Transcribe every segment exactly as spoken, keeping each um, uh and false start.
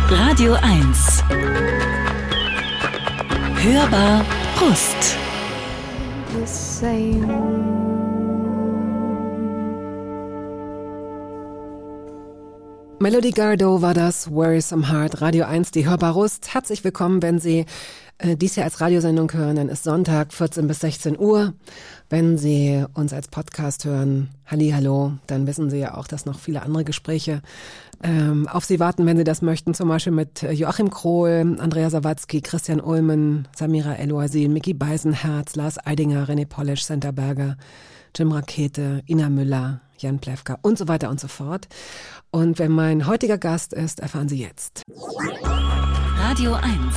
Radio eins. Hörbar Brust. The same. Melody Gardot war das, Worrisome Heart, Radio eins, die Hörbar Brust. Herzlich willkommen, wenn Sie äh, dies hier als Radiosendung hören, dann ist Sonntag, vierzehn bis sechzehn Uhr. Wenn Sie uns als Podcast hören, Hallihallo, dann wissen Sie ja auch, dass noch viele andere Gespräche ähm, auf Sie warten, wenn Sie das möchten. Zum Beispiel mit Joachim Krohl, Andrea Sawatzki, Christian Ulmen, Samira El-Oazi, Micky Beisenherz, Lars Eidinger, René Polish, Senta Berger, Jim Rakete, Ina Müller, Jan Plewka und so weiter und so fort. Und wenn mein heutiger Gast ist, erfahren Sie jetzt. Radio eins.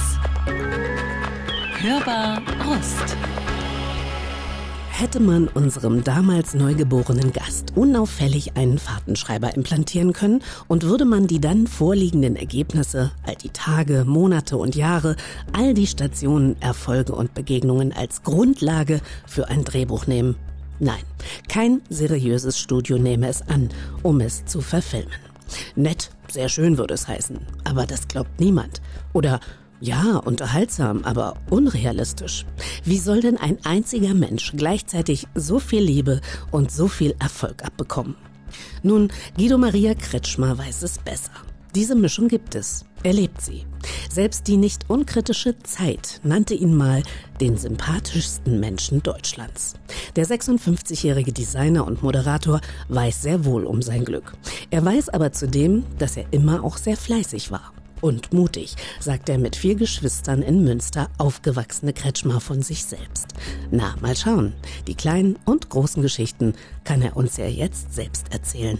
Hörbar Brust. Hätte man unserem damals neugeborenen Gast unauffällig einen Fahrtenschreiber implantieren können und würde man die dann vorliegenden Ergebnisse, all die Tage, Monate und Jahre, all die Stationen, Erfolge und Begegnungen als Grundlage für ein Drehbuch nehmen? Nein, kein seriöses Studio nehme es an, um es zu verfilmen. Nett, sehr schön würde es heißen, aber das glaubt niemand. Oder ja, unterhaltsam, aber unrealistisch. Wie soll denn ein einziger Mensch gleichzeitig so viel Liebe und so viel Erfolg abbekommen? Nun, Guido Maria Kretschmer weiß es besser. Diese Mischung gibt es. Er lebt sie. Selbst die nicht unkritische Zeit nannte ihn mal den sympathischsten Menschen Deutschlands. Der sechsundfünfzigjährige Designer und Moderator weiß sehr wohl um sein Glück. Er weiß aber zudem, dass er immer auch sehr fleißig war. Und mutig, sagt der mit vier Geschwistern in Münster aufgewachsene Kretschmer von sich selbst. Na, mal schauen. Die kleinen und großen Geschichten kann er uns ja jetzt selbst erzählen.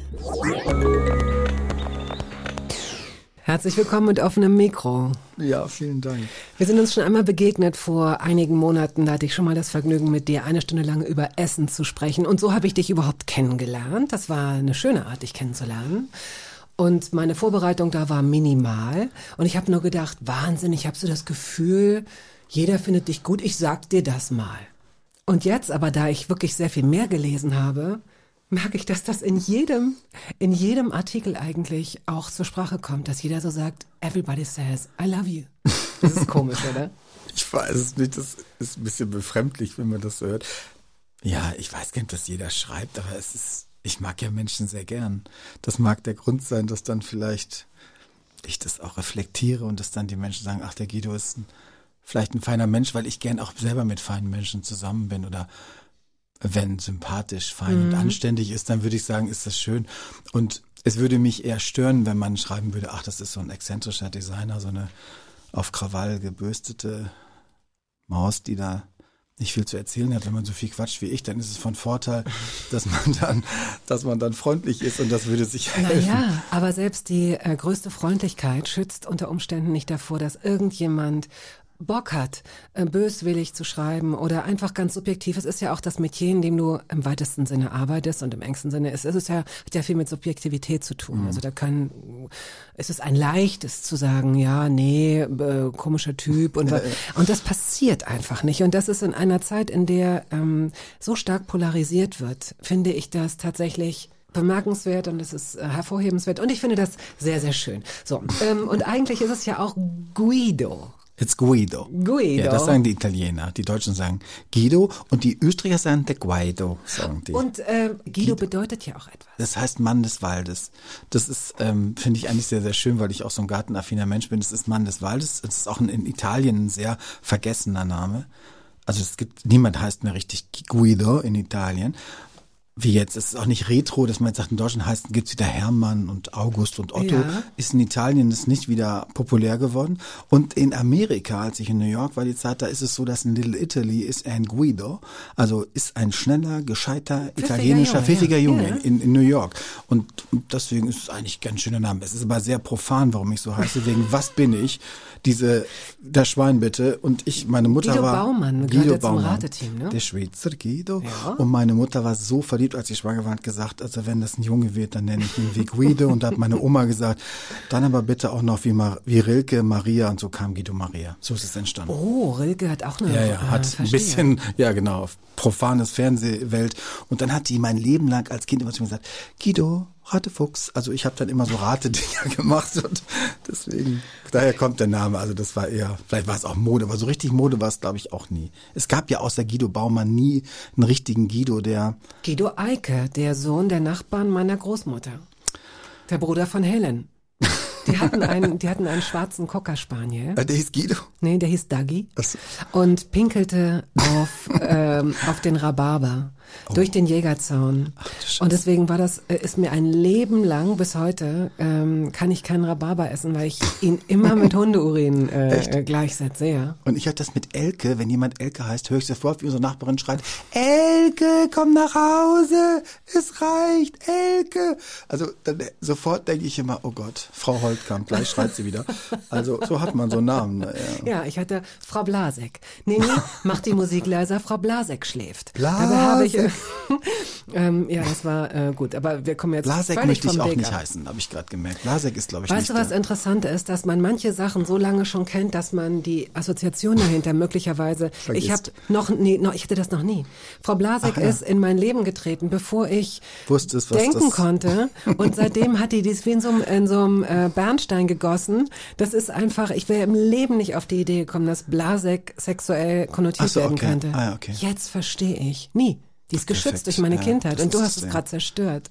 Herzlich willkommen mit offenem Mikro. Ja, vielen Dank. Wir sind uns schon einmal begegnet vor einigen Monaten. Da hatte ich schon mal das Vergnügen, mit dir eine Stunde lang über Essen zu sprechen. Und so habe ich dich überhaupt kennengelernt. Das war eine schöne Art, dich kennenzulernen. Und meine Vorbereitung da war minimal. Und ich habe nur gedacht, Wahnsinn, ich habe so das Gefühl, jeder findet dich gut, ich sag dir das mal. Und jetzt aber, da ich wirklich sehr viel mehr gelesen habe, merke ich, dass das in jedem, in jedem Artikel eigentlich auch zur Sprache kommt, dass jeder so sagt, everybody says, I love you. Das ist komisch, oder? Ich weiß es nicht, das ist ein bisschen befremdlich, wenn man das so hört. Ja, ich weiß gar nicht, dass jeder schreibt, aber es ist, ich mag ja Menschen sehr gern. Das mag der Grund sein, dass dann vielleicht ich das auch reflektiere und dass dann die Menschen sagen, ach, der Guido ist ein, vielleicht ein feiner Mensch, weil ich gern auch selber mit feinen Menschen zusammen bin oder wenn sympathisch, fein mhm. und anständig ist, dann würde ich sagen, ist das schön. Und es würde mich eher stören, wenn man schreiben würde, ach, das ist so ein exzentrischer Designer, so eine auf Krawall gebürstete Maus, die da nicht viel zu erzählen hat. Wenn man so viel quatscht wie ich, dann ist es von Vorteil, dass man dann, dass man dann freundlich ist und das würde sich helfen. Naja, aber selbst die äh, größte Freundlichkeit schützt unter Umständen nicht davor, dass irgendjemand Bock hat, äh, böswillig zu schreiben oder einfach ganz subjektiv. Es ist ja auch das Metier, in dem du im weitesten Sinne arbeitest und im engsten Sinne ist es ist ja, hat ja viel mit Subjektivität zu tun. Mhm. Also da können, es ist ein leichtes zu sagen, ja, nee, äh, komischer Typ und, und das passiert einfach nicht. Und das ist in einer Zeit, in der ähm, so stark polarisiert wird, finde ich das tatsächlich bemerkenswert und es ist äh, hervorhebenswert und ich finde das sehr, sehr schön. So, ähm, und eigentlich ist es ja auch Guido. It's Guido. Guido. Ja, das sagen die Italiener. Die Deutschen sagen Guido und die Österreicher sagen de Guido, sagen die. Und äh, Guido, Guido bedeutet ja auch etwas. Das heißt Mann des Waldes. Das ist, ähm, finde ich eigentlich sehr, sehr schön, weil ich auch so ein gartenaffiner Mensch bin. Das ist Mann des Waldes. Das ist auch in, in Italien ein sehr vergessener Name. Also es gibt, niemand heißt mehr richtig Guido in Italien. Wie jetzt, es ist auch nicht retro, dass man jetzt sagt, in Deutschland heißt, gibt's wieder Hermann und August und Otto. Ja. Ist in Italien ist nicht wieder populär geworden. Und in Amerika, als ich in New York war die Zeit, da ist es so, dass in Little Italy ist ein Guido, also ist ein schneller, gescheiter, pfiffiger italienischer, Junge, pfiffiger ja. Junge ja. in, in New York. Und deswegen ist es eigentlich ein ganz schöner Name. Es ist aber sehr profan, warum ich so heiße, wegen was bin ich? Diese, der Schwein bitte. Und ich, meine Mutter Guido war... Baumann, Guido Baumann, zum Rateteam, ne? Der Schweizer Guido. Ja. Und meine Mutter war so verliebt, als ich schwanger war, hat gesagt, also wenn das ein Junge wird, dann nenne ich ihn wie Guido. Und da hat meine Oma gesagt, dann aber bitte auch noch wie, Mar- wie Rilke Maria. Und so kam Guido Maria. So ist es entstanden. Oh, Rilke hat auch eine... Ja, ja, hat äh, ein bisschen, ja genau, profanes Fernsehwelt. Und dann hat die mein Leben lang als Kind immer zu mir gesagt, Guido, Ratefuchs. Also ich habe dann immer so Ratedinger gemacht und deswegen, daher kommt der Name. Also das war eher, vielleicht war es auch Mode, aber so richtig Mode war es, glaube ich, auch nie. Es gab ja außer Guido Baumann nie einen richtigen Guido, der... Guido Eike, der Sohn der Nachbarn meiner Großmutter. Der Bruder von Helen. Die hatten einen, die hatten einen schwarzen Cocker Spaniel. Der hieß Guido? Nee, der hieß Dagi. So. Und pinkelte auf, ähm, auf den Rhabarber. Oh. Durch den Jägerzaun. Ach, und deswegen war das, ist mir ein Leben lang, bis heute, ähm, kann ich keinen Rhabarber essen, weil ich ihn immer mit Hundeurin äh, gleichsetze, ja. Und ich hatte das mit Elke, wenn jemand Elke heißt, höre ich sofort, wie unsere Nachbarin schreit, Elke, komm nach Hause, es reicht, Elke. Also dann, sofort denke ich immer, oh Gott, Frau Holtkamp, gleich schreit sie wieder. Also so hat man so einen Namen. Ja, ja, ich hatte Frau Blasek. Nee, nee, mach die Musik leiser, Frau Blasek schläft. Blasek. Dabei habe ich ähm, ja, das war äh, gut, aber wir kommen jetzt Blasek völlig möchte ich vom auch Weg nicht ab. heißen, habe ich gerade gemerkt. Blasek ist, glaube ich, weißt nicht du, was der. interessant ist, dass man manche Sachen so lange schon kennt, dass man die Assoziation dahinter möglicherweise, Vergisst. ich habe noch, nee, noch, ich hatte das noch nie. Frau Blasek Ach, ja. ist in mein Leben getreten, bevor ich Wusstest, was denken das konnte, und seitdem hat die dies wie in so einem, in so einem äh, Bernstein gegossen. Das ist einfach, ich wäre im Leben nicht auf die Idee gekommen, dass Blasek sexuell konnotiert Ach so, werden okay. könnte. Ah, ja, okay. Jetzt verstehe ich. Nie. Die ist geschützt Perfekt. durch meine Ja, Kindheit das und du ist hast es es ja. gerade zerstört.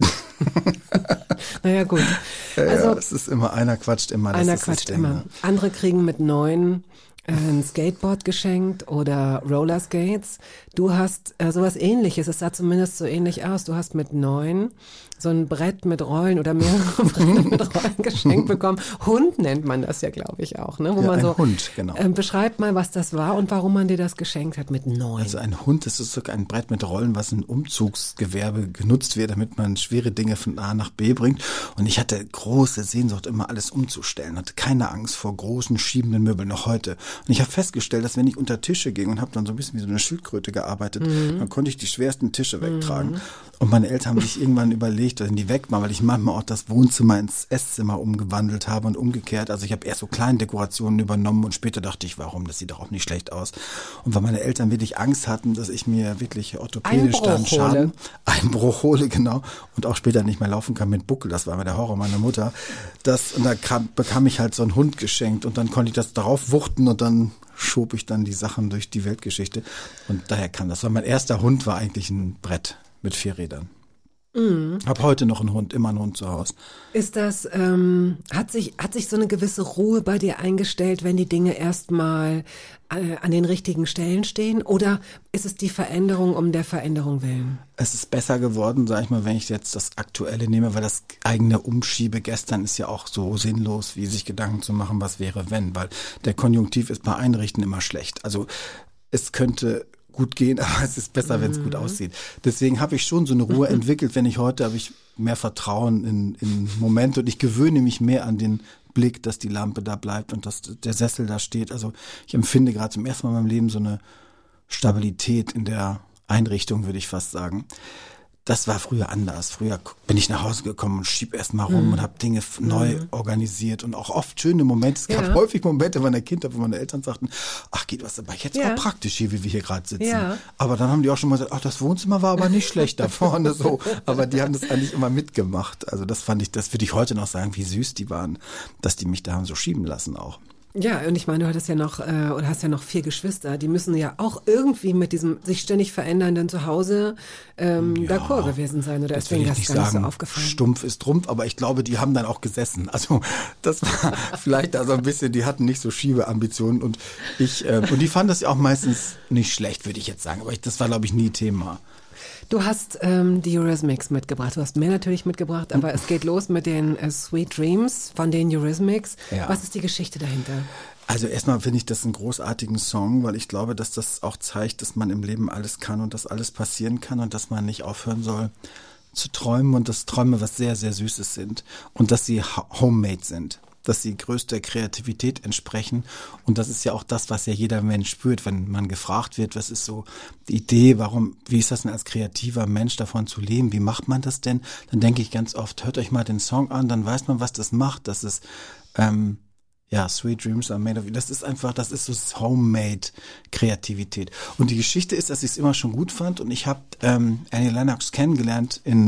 Naja, gut. Ja, Also, ja, es ist immer, einer quatscht immer. Das einer ist quatscht das Ding, immer. ne? Andere kriegen mit neun äh, ein Skateboard geschenkt oder Rollerskates. Du hast äh, sowas Ähnliches. Es sah zumindest so ähnlich aus. Du hast mit neun so ein Brett mit Rollen oder mehrere Bretter mit Rollen geschenkt bekommen. Hund nennt man das ja, glaube ich, auch. Ne? Wo Ja, man ein so, Hund, genau. Äh, beschreib mal, was das war und warum man dir das geschenkt hat mit neun. Also ein Hund, das ist sogar ein Brett mit Rollen, was im Umzugsgewerbe genutzt wird, damit man schwere Dinge von A nach B bringt. Und ich hatte große Sehnsucht, immer alles umzustellen, hatte keine Angst vor großen, schiebenden Möbeln, noch heute. Und ich habe festgestellt, dass wenn ich unter Tische ging und habe dann so ein bisschen wie so eine Schildkröte gearbeitet, mhm. dann konnte ich die schwersten Tische wegtragen. Mhm. Und meine Eltern haben sich irgendwann überlegt, dass die weg waren, weil ich manchmal auch das Wohnzimmer ins Esszimmer umgewandelt habe und umgekehrt. Also ich habe erst so kleine Dekorationen übernommen und später dachte ich, warum, das sieht doch auch nicht schlecht aus. Und weil meine Eltern wirklich Angst hatten, dass ich mir wirklich orthopädisch dann Schaden, Einbruch hole, genau, und auch später nicht mehr laufen kann mit Buckel, das war immer der Horror meiner Mutter. Das, und da kam, bekam ich halt so einen Hund geschenkt und dann konnte ich das darauf wuchten und dann schob ich dann die Sachen durch die Weltgeschichte. Und daher kam das. Weil mein erster Hund war eigentlich ein Brett mit vier Rädern. Mhm. Hab heute noch einen Hund, immer einen Hund zu Hause. Ist das, ähm, hat sich, hat sich so eine gewisse Ruhe bei dir eingestellt, wenn die Dinge erstmal äh, an den richtigen Stellen stehen? Oder ist es die Veränderung um der Veränderung willen? Es ist besser geworden, sag ich mal, wenn ich jetzt das Aktuelle nehme, weil das eigene Umschiebe gestern ist ja auch so sinnlos, wie sich Gedanken zu machen, was wäre wenn, weil der Konjunktiv ist bei Einrichten immer schlecht. Also es könnte gut gehen, aber es ist besser, wenn es gut aussieht. Deswegen habe ich schon so eine Ruhe entwickelt, wenn ich heute, habe ich mehr Vertrauen in, in Momente und ich gewöhne mich mehr an den Blick, dass die Lampe da bleibt und dass der Sessel da steht. Also ich empfinde gerade zum ersten Mal in meinem Leben so eine Stabilität in der Einrichtung, würde ich fast sagen. Das war früher anders. Früher bin ich nach Hause gekommen und schieb erst mal rum mhm. und habe Dinge f- neu mhm. organisiert und auch oft schöne Momente. Es gab ja. häufig Momente in meiner Kindheit, wo meine Eltern sagten, ach, geht was, aber jetzt ja. auch praktisch hier, wie wir hier gerade sitzen. Ja. Aber dann haben die auch schon mal gesagt, ach, das Wohnzimmer war aber nicht schlecht da vorne so. Aber die haben das eigentlich immer mitgemacht. Also das fand ich, das würde ich heute noch sagen, wie süß die waren, dass die mich da haben so schieben lassen auch. Ja, und ich meine, du hattest ja noch, äh, oder hast ja noch vier Geschwister, die müssen ja auch irgendwie mit diesem sich ständig verändernden Zuhause ähm, ja, d'accord gewesen sein, oder ist denen das gar nicht so aufgefallen? Stumpf ist Trumpf, aber ich glaube, die haben dann auch gesessen. Also das war vielleicht da so ein bisschen, die hatten nicht so Schiebeambitionen und ich, äh, und die fanden das ja auch meistens nicht schlecht, würde ich jetzt sagen, aber ich, das war, glaube ich, nie Thema. Du hast ähm, die Eurythmics mitgebracht. Du hast mehr natürlich mitgebracht, aber es geht los mit den äh, Sweet Dreams von den Eurythmics. Ja. Was ist die Geschichte dahinter? Also erstmal finde ich das einen großartigen Song, weil ich glaube, dass das auch zeigt, dass man im Leben alles kann und dass alles passieren kann und dass man nicht aufhören soll zu träumen und dass Träume was sehr, sehr Süßes sind und dass sie homemade sind. Dass sie größter Kreativität entsprechen. Und das ist ja auch das, was ja jeder Mensch spürt, wenn man gefragt wird, was ist so die Idee, warum, wie ist das denn als kreativer Mensch davon zu leben? Wie macht man das denn? Dann denke ich ganz oft, hört euch mal den Song an, dann weiß man, was das macht. Das ist, ähm, ja, Sweet Dreams are made of, das ist einfach, das ist so homemade Kreativität. Und die Geschichte ist, dass ich es immer schon gut fand und ich habe ähm, Annie Lennox kennengelernt in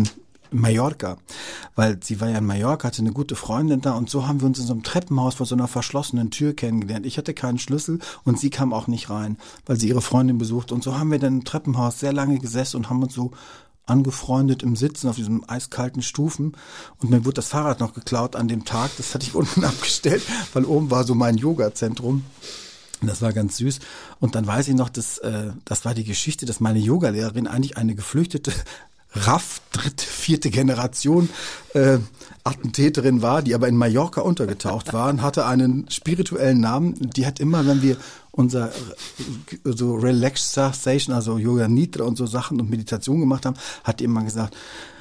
Mallorca, weil sie war ja in Mallorca, hatte eine gute Freundin da und so haben wir uns in so einem Treppenhaus vor so einer verschlossenen Tür kennengelernt. Ich hatte keinen Schlüssel und sie kam auch nicht rein, weil sie ihre Freundin besucht und so haben wir dann im Treppenhaus sehr lange gesessen und haben uns so angefreundet im Sitzen auf diesen eiskalten Stufen und mir wurde das Fahrrad noch geklaut an dem Tag, das hatte ich unten abgestellt, weil oben war so mein Yoga-Zentrum. Das war ganz süß. Und dann weiß ich noch, dass, äh, das war die Geschichte, dass meine Yogalehrerin eigentlich eine geflüchtete R A F, dritte, vierte Generation äh, Attentäterin war, die aber in Mallorca untergetaucht war und hatte einen spirituellen Namen. Die hat immer, wenn wir unser so Relaxation, also Yoga Nidra und so Sachen und Meditation gemacht haben, hat die immer gesagt,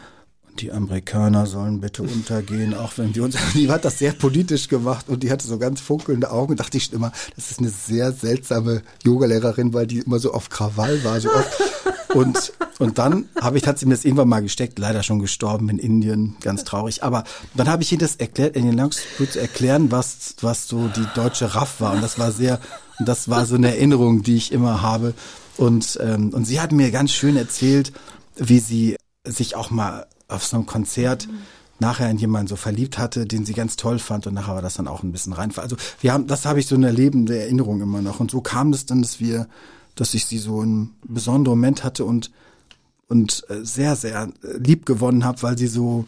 die Amerikaner sollen bitte untergehen, auch wenn wir uns, die hat das sehr politisch gemacht und die hatte so ganz funkelnde Augen, dachte ich immer, das ist eine sehr seltsame Yogalehrerin, weil die immer so auf Krawall war, so oft. Und, und dann habe ich, hat sie mir das irgendwann mal gesteckt, leider schon gestorben in Indien, ganz traurig. Aber dann habe ich ihr das erklärt, in den Langs zu erklären, was, was so die deutsche R A F war. Und das war sehr, und das war so eine Erinnerung, die ich immer habe. Und, ähm, und sie hat mir ganz schön erzählt, wie sie sich auch mal auf so einem Konzert nachher in jemanden so verliebt hatte, den sie ganz toll fand und nachher war das dann auch ein bisschen rein. Also wir haben, das habe ich so eine lebende Erinnerung immer noch. Und so kam es dann, dass wir, dass ich sie so einen besonderen Moment hatte und und sehr, sehr lieb gewonnen habe, weil sie so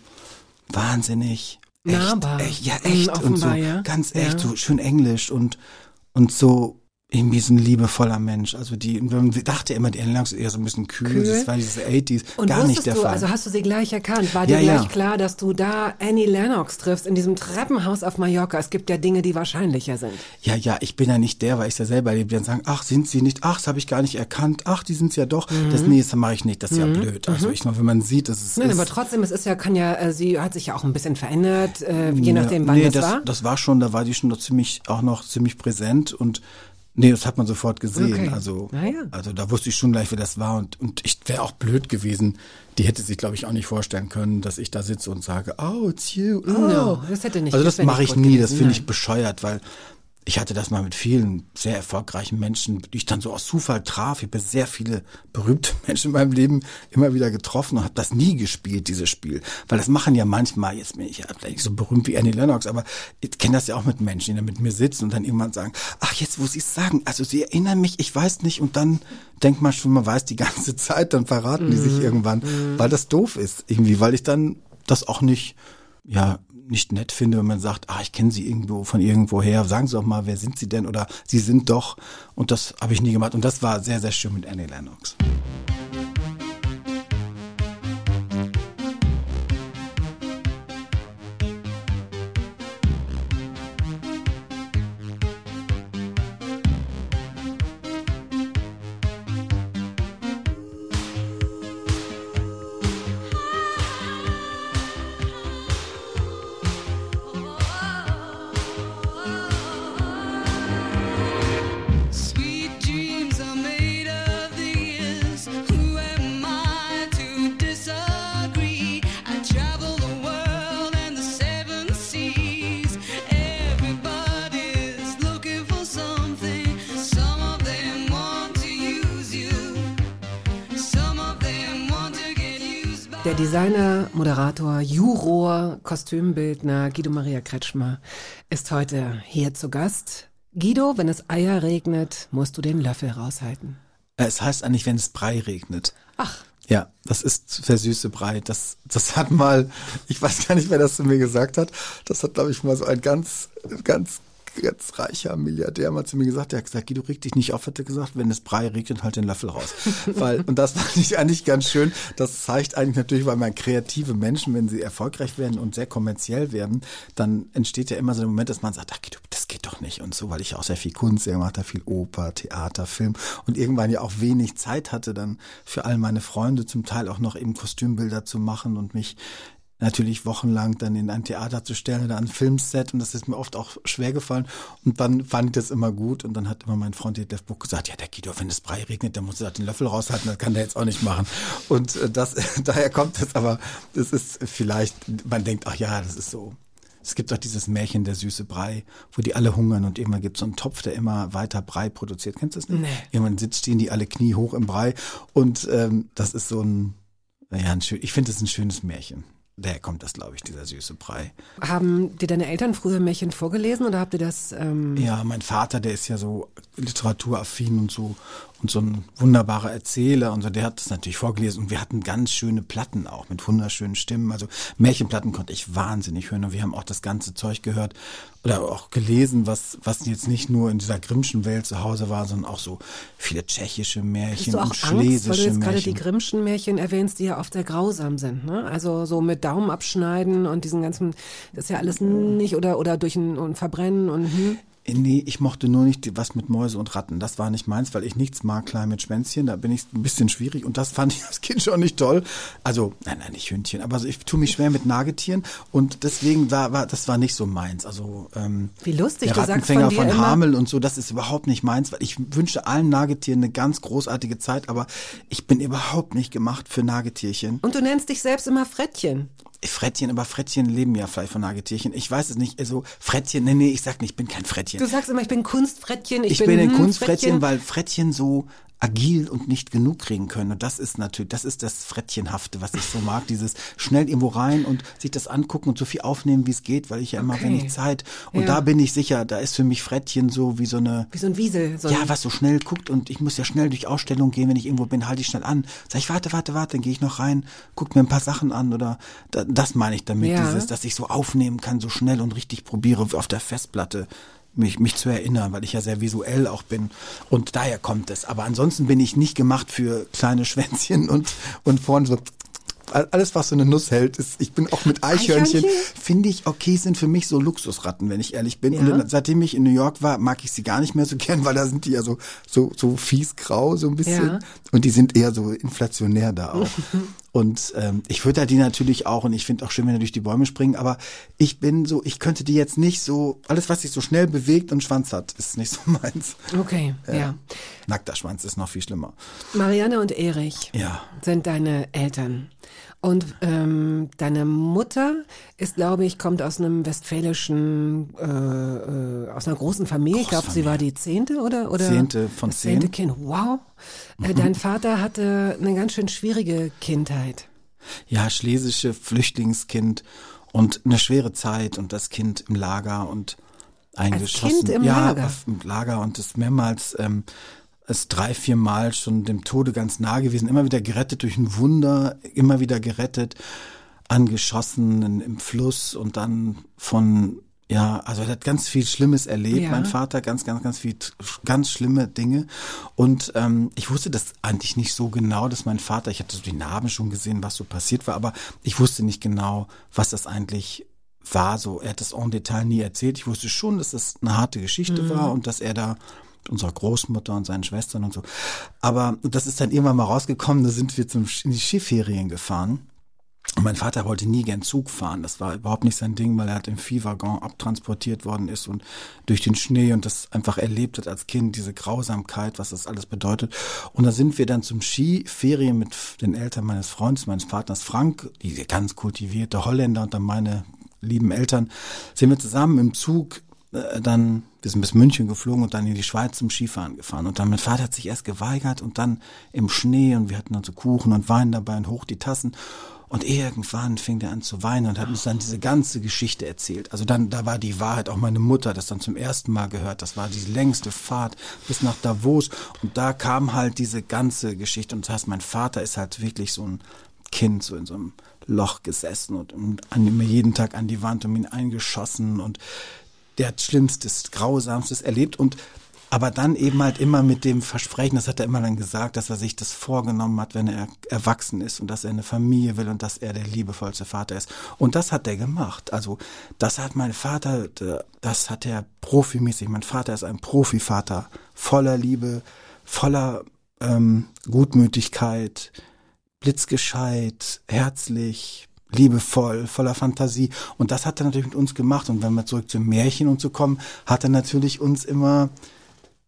wahnsinnig echt, nahbar, echt, ja echt offenbar, und so ja. ganz echt, ja. so schön englisch und und so irgendwie so ein liebevoller Mensch. Also die, man dachte immer, die Annie Lennox ist eher so ein bisschen kühl, Kühl. das war diese achtziger, Und gar nicht der du, Fall. also hast du sie gleich erkannt? War dir Ja, gleich ja. klar, dass du da Annie Lennox triffst in diesem Treppenhaus auf Mallorca? Es gibt ja Dinge, die wahrscheinlicher sind. Ja, ja, ich bin ja nicht der, weil ich ja selber lebe, die dann sagen, ach, sind sie nicht, ach, das habe ich gar nicht erkannt, ach, die sind ja doch. Mhm. Das, nee, das mache ich nicht, das ist Mhm. ja blöd. Also ich meine, wenn man sieht, dass es Nein, ist, aber trotzdem, es ist ja, kann ja, äh, sie hat sich ja auch ein bisschen verändert, äh, je nachdem, wann nee, das, das war. das war schon, da war die schon noch ziemlich, auch noch ziemlich präsent und nee, das hat man sofort gesehen. Okay. Also, Na ja. also da wusste ich schon gleich, wer das war und, und ich wäre auch blöd gewesen. Die hätte sich, glaube ich, auch nicht vorstellen können, dass ich da sitze und sage, oh, it's you. Oh. No, das hätte nicht. Also das wär mache nicht ich gut nie, gewesen, das finde ich nein. bescheuert, weil ich hatte das mal mit vielen sehr erfolgreichen Menschen, die ich dann so aus Zufall traf. Ich habe sehr viele berühmte Menschen in meinem Leben immer wieder getroffen und habe das nie gespielt, dieses Spiel. Weil das machen ja manchmal, jetzt bin ich ja nicht so berühmt wie Annie Lennox, aber ich kenne das ja auch mit Menschen, die da mit mir sitzen und dann irgendwann sagen, ach, jetzt wo sie es sagen, also sie erinnern mich, ich weiß nicht und dann denkt man schon, man weiß die ganze Zeit, dann verraten Mhm. die sich irgendwann, mhm. weil das doof ist irgendwie, weil ich dann das auch nicht, ja, nicht nett finde, wenn man sagt, ah, ich kenne sie irgendwo von irgendwo her, sagen Sie doch mal, wer sind Sie denn oder Sie sind doch und das habe ich nie gemacht und das war sehr, sehr schön mit Annie Lennox. Sweet dreams are made of these. Who am I to disagree? I travel the world and the seven seas. Everybody's looking for something. Some of them want to use you. Some of them want to get used by. Der Designer, Moderator, Juror, Kostümbildner Guido Maria Kretschmer ist heute hier zu Gast. Guido, wenn es Eier regnet, musst du den Löffel raushalten. Es heißt eigentlich, wenn es Brei regnet. Ach. Ja, das ist der süße Brei. Das, das hat mal, ich weiß gar nicht, wer das zu mir gesagt hat. Das hat, glaube ich, mal so ein ganz, ganz, ganz reicher Milliardär mal zu mir gesagt. Der hat gesagt, Guido, reg dich nicht auf, hat er gesagt, wenn es Brei regnet, halt den Löffel raus. Weil, und das fand ich eigentlich ganz schön. Das zeigt eigentlich natürlich, weil man kreative Menschen, wenn sie erfolgreich werden und sehr kommerziell werden, dann entsteht ja immer so ein Moment, dass man sagt, ach Guido, das geht doch nicht und so, weil ich auch sehr viel Kunst gemacht habe, viel Oper, Theater, Film und irgendwann ja auch wenig Zeit hatte, dann für all meine Freunde zum Teil auch noch eben Kostümbilder zu machen und mich natürlich wochenlang dann in ein Theater zu stellen oder ein Filmset und das ist mir oft auch schwer gefallen und dann fand ich das immer gut und dann hat immer mein Freund Detlef Buch gesagt, ja der Guido, wenn es Brei regnet, dann musst du da den Löffel raushalten, das kann der jetzt auch nicht machen und äh, das daher kommt es, aber das ist vielleicht, man denkt, ach ja, das ist so. Es gibt doch dieses Märchen, der süße Brei, wo die alle hungern und immer gibt es so einen Topf, der immer weiter Brei produziert. Kennst du das nicht? Nee. Irgendwann sitzt, stehen die alle kniehoch im Brei und ähm, das ist so ein Ja, ein schön, ich finde es ein schönes Märchen. Daher kommt das, glaube ich, dieser süße Brei. Haben dir deine Eltern früher Märchen vorgelesen oder habt ihr das... Ähm Ja, mein Vater, der ist ja so literaturaffin und so und so ein wunderbarer Erzähler und so, der hat das natürlich vorgelesen und wir hatten ganz schöne Platten auch mit wunderschönen Stimmen, also Märchenplatten konnte ich wahnsinnig hören und wir haben auch das ganze Zeug gehört oder auch gelesen, was was jetzt nicht nur in dieser Grimmschen Welt zu Hause war, sondern auch so viele tschechische Märchen Hast du auch und Angst, schlesische weil du jetzt gerade Märchen. die Grimmschen Märchen erwähnst, die ja oft sehr grausam sind, ne? Also so mit Daumen abschneiden und diesen ganzen, das ist ja alles nicht oder oder durch ein und verbrennen und hm. Nee, ich mochte nur nicht die- was mit Mäuse und Ratten. Das war nicht meins, weil ich nichts mag, klein mit Schwänzchen. Da bin ich ein bisschen schwierig und das fand ich als Kind schon nicht toll. Also, nein, nein, nicht Hündchen, aber so, ich tue mich schwer mit Nagetieren und deswegen war, war das war nicht so meins. Also ähm, Wie lustig, der du sagst Rattenfänger von dir von immer- Hamel und so, das ist überhaupt nicht meins, weil ich wünsche allen Nagetieren eine ganz großartige Zeit, aber ich bin überhaupt nicht gemacht für Nagetierchen. Und du nennst dich selbst immer Frettchen. Frettchen, aber Frettchen leben ja vielleicht von Nagetierchen. Ich weiß es nicht, also Frettchen, nee, nee, ich sag nicht, ich bin kein Frettchen. Du sagst immer, ich bin Kunstfrettchen. Ich, Ich bin ein hm, Kunstfrettchen, weil Frettchen so agil und nicht genug kriegen können. Und das ist natürlich, das ist das Frettchenhafte, was ich so mag. Dieses schnell irgendwo rein und sich das angucken und so viel aufnehmen, wie es geht, weil ich ja immer Okay. wenig Zeit. Und Ja. da bin ich sicher, da ist für mich Frettchen so wie so eine, Wie so ein Wiesel. So ja, ein, was so schnell guckt und ich muss ja schnell durch Ausstellungen gehen, wenn ich irgendwo bin, halte ich schnell an. Sag ich, warte, warte, warte, dann gehe ich noch rein, guck mir ein paar Sachen an oder da, das meine ich damit, Ja. dieses, dass ich so aufnehmen kann, so schnell und richtig probiere auf der Festplatte mich, mich zu erinnern, weil ich ja sehr visuell auch bin und daher kommt es. Aber ansonsten bin ich nicht gemacht für kleine Schwänzchen und, und vorne so alles, was so eine Nuss hält, ist, ich bin auch mit Eichhörnchen, Eichhörnchen? finde ich, okay, sind für mich so Luxusratten, wenn ich ehrlich bin. Ja. Und dann, seitdem ich in New York war, mag ich sie gar nicht mehr so gern, weil da sind die ja so, so, so fies grau, so ein bisschen. Ja. Und die sind eher so inflationär da auch. Und ähm, ich fütter die natürlich auch und ich finde auch schön, wenn die durch die Bäume springen, aber ich bin so, ich könnte die jetzt nicht so, alles, was sich so schnell bewegt und Schwanz hat, ist nicht so meins. okay, ja. Nackter Schwanz ist noch viel schlimmer. Marianne und Erich Ja. sind deine Eltern. Und ähm, deine Mutter ist, glaube ich, kommt aus einem westfälischen, äh, äh, aus einer großen Familie. Ich glaube, sie war die zehnte oder oder Zehnte von das zehnte zehn. Kind. Wow. Äh, dein Vater hatte eine ganz schön schwierige Kindheit. Ja, schlesische Flüchtlingskind und eine schwere Zeit und das Kind im Lager und eingeschossen. Kind im ja, Lager? auf- im Lager und ist mehrmals, ähm, ist drei, vier Mal schon dem Tode ganz nah gewesen, immer wieder gerettet durch ein Wunder, immer wieder gerettet, angeschossen in, im Fluss und dann von, ja, also er hat ganz viel Schlimmes erlebt, Ja. mein Vater, ganz, ganz, ganz viel, ganz schlimme Dinge und ähm, ich wusste das eigentlich nicht so genau, dass mein Vater, ich hatte so die Narben schon gesehen, was so passiert war, aber ich wusste nicht genau, was das eigentlich war, so, er hat das en Detail nie erzählt, ich wusste schon, dass das eine harte Geschichte Mhm. war und dass er da unserer Großmutter und seinen Schwestern und so. Aber das ist dann irgendwann mal rausgekommen, da sind wir zum, in die Skiferien gefahren. Und mein Vater wollte nie gern Zug fahren. Das war überhaupt nicht sein Ding, weil er halt im Viehwaggon abtransportiert worden ist und durch den Schnee und das einfach erlebt hat als Kind, diese Grausamkeit, was das alles bedeutet. Und da sind wir dann zum Skiferien mit den Eltern meines Freundes, meines Partners Frank, die ganz kultivierte Holländer und dann meine lieben Eltern, sind wir zusammen im Zug äh, dann, wir sind bis München geflogen und dann in die Schweiz zum Skifahren gefahren. Und dann mein Vater hat sich erst geweigert und dann im Schnee und wir hatten dann so Kuchen und Wein dabei und hoch die Tassen. Und irgendwann fing der an zu weinen und hat uns dann diese ganze Geschichte erzählt. Also dann, da war die Wahrheit, auch meine Mutter das dann zum ersten Mal gehört. Das war die längste Fahrt bis nach Davos. Und da kam halt diese ganze Geschichte. Und das heißt, mein Vater ist halt wirklich so ein Kind, so in so einem Loch gesessen und, und an immer jeden Tag an die Wand um ihn eingeschossen und der hat Schlimmstes, Grausamstes erlebt und aber dann eben halt immer mit dem Versprechen, das hat er immer dann gesagt, dass er sich das vorgenommen hat, wenn er erwachsen ist und dass er eine Familie will und dass er der liebevollste Vater ist. Und das hat er gemacht. Also das hat mein Vater, das hat er profimäßig. Mein Vater ist ein Profivater, voller Liebe, voller ähm, Gutmütigkeit, blitzgescheit, herzlich, liebevoll, voller Fantasie. Und das hat er natürlich mit uns gemacht. Und wenn wir zurück zum Märchen und so kommen, hat er natürlich uns immer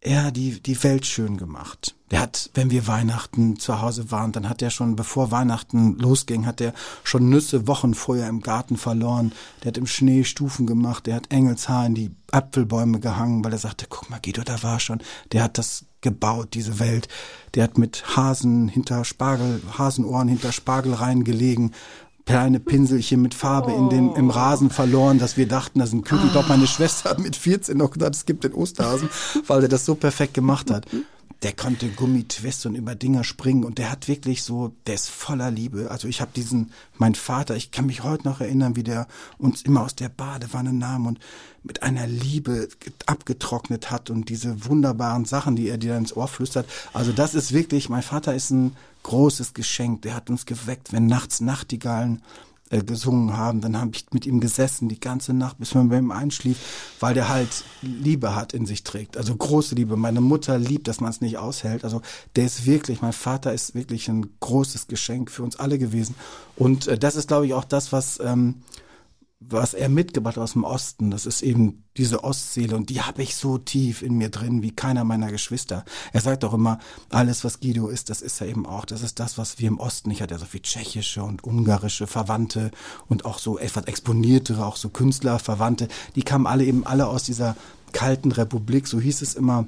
er die, die Welt schön gemacht. Der hat, wenn wir Weihnachten zu Hause waren, dann hat er schon, bevor Weihnachten losging, hat er schon Nüsse Wochen vorher im Garten verloren. Der hat im Schnee Stufen gemacht, der hat Engelshaar in die Apfelbäume gehangen, weil er sagte, guck mal Guido, da war schon. Der hat das gebaut, diese Welt. Der hat mit Hasen hinter Spargel, Hasenohren hinter Spargelreihen gelegen, kleine Pinselchen mit Farbe in den, im Rasen verloren, dass wir dachten, das sind Küken. Ich glaube, meine Schwester hat mit vierzehn noch gedacht, es gibt den Osterhasen, weil er das so perfekt gemacht hat. Der konnte Gummitwist und über Dinger springen und der hat wirklich so, der ist voller Liebe. Also ich habe diesen, mein Vater, ich kann mich heute noch erinnern, wie der uns immer aus der Badewanne nahm und mit einer Liebe abgetrocknet hat und diese wunderbaren Sachen, die er dir ins Ohr flüstert. Also das ist wirklich, mein Vater ist ein großes Geschenk. Der hat uns geweckt, wenn nachts Nachtigallen äh, gesungen haben, dann habe ich mit ihm gesessen die ganze Nacht, bis man bei ihm einschlief, weil der halt Liebe hat, in sich trägt. Also große Liebe. Meine Mutter liebt, dass man es nicht aushält. Also der ist wirklich, mein Vater ist wirklich ein großes Geschenk für uns alle gewesen. Und äh, das ist, glaube ich, auch das, was ähm, was er mitgebracht hat aus dem Osten. Das ist eben diese Ostseele und die habe ich so tief in mir drin wie keiner meiner Geschwister. Er sagt auch immer, alles was Guido ist, das ist er eben auch. Das ist das, was wir im Osten nicht hatten. Also wie tschechische und ungarische Verwandte und auch so etwas exponiertere, auch so Künstler, Verwandte, die kamen alle eben alle aus dieser kalten Republik, so hieß es immer.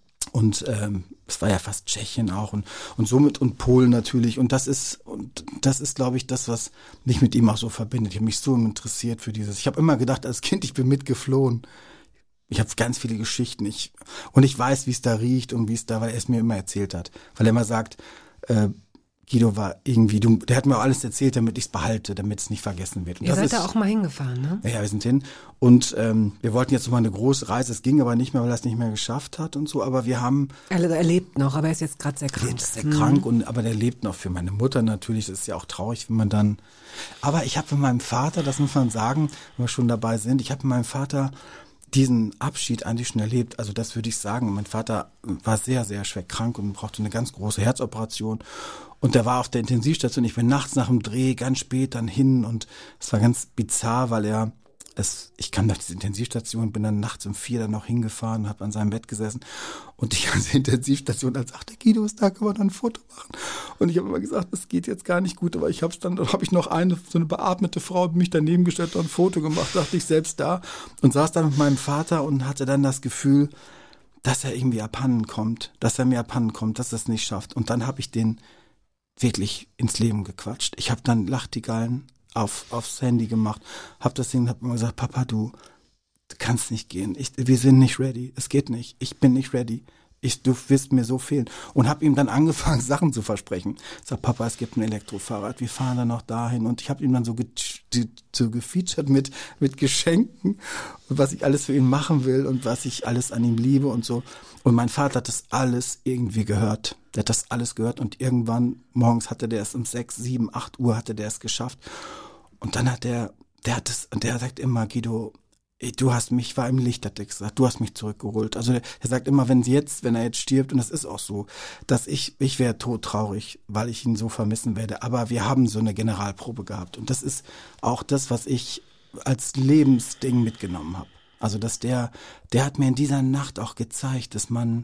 Und ähm, es war ja fast Tschechien auch und und somit und Polen natürlich und das ist und das ist glaube ich das, was mich mit ihm auch so verbindet. Ich habe mich so interessiert für dieses. Ich habe immer gedacht als Kind, ich bin mitgeflohen. Ich habe ganz viele Geschichten. Ich und ich weiß, wie es da riecht und wie es da, weil er es mir immer erzählt hat, weil er immer sagt, äh, Guido war irgendwie, du, der hat mir auch alles erzählt, damit ich es behalte, damit es nicht vergessen wird. Und Ihr das seid ist, da auch mal hingefahren, ne? Ja, wir sind hin. Und ähm, wir wollten jetzt noch mal eine große Reise. Es ging aber nicht mehr, weil er es nicht mehr geschafft hat und so. Aber wir haben... Er, er lebt noch, aber er ist jetzt gerade sehr krank. Er ist sehr mhm. krank, und, aber der lebt noch. Für meine Mutter natürlich. Das ist ja auch traurig, wenn man dann... Aber ich habe mit meinem Vater, das muss man sagen, wenn wir schon dabei sind, ich habe mit meinem Vater diesen Abschied eigentlich schon erlebt. Also das würde ich sagen. Mein Vater war sehr, sehr schwer krank und brauchte eine ganz große Herzoperation. Und der war auf der Intensivstation. Ich bin nachts nach dem Dreh ganz spät dann hin und es war ganz bizarr, weil er, es, ich kam nach dieser Intensivstation, bin dann nachts um vier dann noch hingefahren, habe an seinem Bett gesessen und die ganze Intensivstation dann sagte, Guido ist da, kann man dann ein Foto machen? Und ich habe immer gesagt, das geht jetzt gar nicht gut, aber ich habe dann, dann habe ich noch eine, so eine beatmete Frau mich daneben gestellt und ein Foto gemacht, dachte ich selbst da und saß dann mit meinem Vater und hatte dann das Gefühl, dass er irgendwie abhanden kommt, dass er mir abhanden kommt, dass er es nicht schafft. Und dann habe ich den wirklich ins Leben gequatscht. Ich habe dann Nachtigallen auf aufs Handy gemacht, habe das Ding, habe immer gesagt, Papa, du, du kannst nicht gehen. Ich, wir sind nicht ready. Es geht nicht. Ich bin nicht ready. Ich, du wirst mir so fehlen. Und habe ihm dann angefangen, Sachen zu versprechen. Ich sag, Papa, es gibt ein Elektrofahrrad, wir fahren dann noch dahin. Und ich habe ihm dann so, ge so gefeatured mit mit Geschenken, was ich alles für ihn machen will und was ich alles an ihm liebe und so. Und mein Vater hat das alles irgendwie gehört. Der hat das alles gehört und irgendwann morgens hatte der es um sechs, sieben, acht Uhr hatte der es geschafft. Und dann hat der, der hat es, und der sagt immer, Guido, du hast mich, ich war im Licht, hat er gesagt, du hast mich zurückgeholt. Also er sagt immer, wenn sie jetzt, wenn er jetzt stirbt, und das ist auch so, dass ich, ich wäre todtraurig, weil ich ihn so vermissen werde. Aber wir haben so eine Generalprobe gehabt. Und das ist auch das, was ich als Lebensding mitgenommen habe. Also dass der, der hat mir in dieser Nacht auch gezeigt, dass man,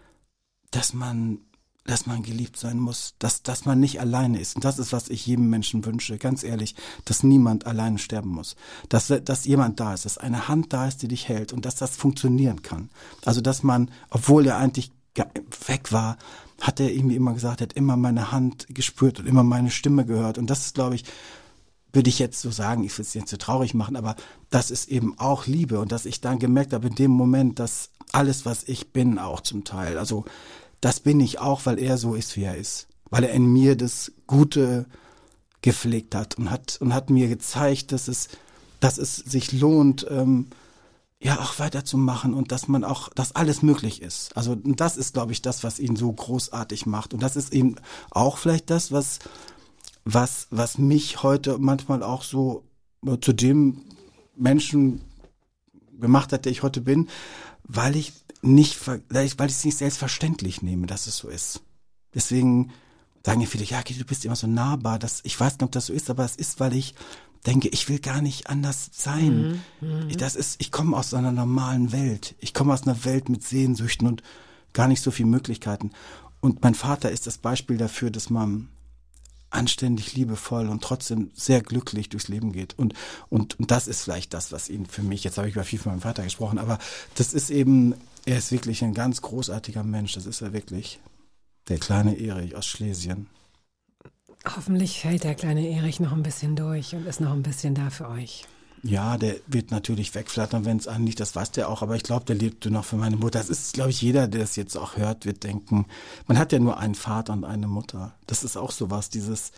dass man, dass man geliebt sein muss, dass, dass man nicht alleine ist. Und das ist, was ich jedem Menschen wünsche, ganz ehrlich, dass niemand alleine sterben muss. Dass, dass jemand da ist, dass eine Hand da ist, die dich hält und dass das funktionieren kann. Also, dass man, obwohl er eigentlich weg war, hat er irgendwie immer gesagt, er hat immer meine Hand gespürt und immer meine Stimme gehört. Und das ist, glaube ich, würde ich jetzt so sagen, ich will es jetzt so traurig machen, aber das ist eben auch Liebe. Und dass ich dann gemerkt habe in dem Moment, dass alles, was ich bin, auch zum Teil, also das bin ich auch, weil er so ist, wie er ist. Weil er in mir das Gute gepflegt hat und hat und hat mir gezeigt, dass es, dass es sich lohnt, ähm, ja auch weiterzumachen und dass man auch, dass alles möglich ist. Also das ist, glaube ich, das, was ihn so großartig macht. Und das ist eben auch vielleicht das, was was was mich heute manchmal auch so zu dem Menschen gemacht hat, der ich heute bin, weil ich nicht, weil ich es nicht selbstverständlich nehme, dass es so ist. Deswegen sagen ja viele, ja, du bist immer so nahbar. Das, ich weiß nicht, ob das so ist, aber es ist, weil ich denke, ich will gar nicht anders sein. Mhm, das ist, ich komme aus einer normalen Welt. Ich komme aus einer Welt mit Sehnsüchten und gar nicht so viele Möglichkeiten. Und mein Vater ist das Beispiel dafür, dass man anständig, liebevoll und trotzdem sehr glücklich durchs Leben geht. Und, und, und das ist vielleicht das, was ihn für mich, jetzt habe ich über viel von meinem Vater gesprochen, aber das ist eben, er ist wirklich ein ganz großartiger Mensch, das ist er wirklich. Der kleine Erich aus Schlesien. Hoffentlich hält der kleine Erich noch ein bisschen durch und ist noch ein bisschen da für euch. Ja, der wird natürlich wegflattern, wenn es anliegt, das weiß der auch, aber ich glaube, der lebt noch für meine Mutter. Das ist, glaube ich, jeder, der es jetzt auch hört, wird denken, man hat ja nur einen Vater und eine Mutter. Das ist auch sowas, dieses,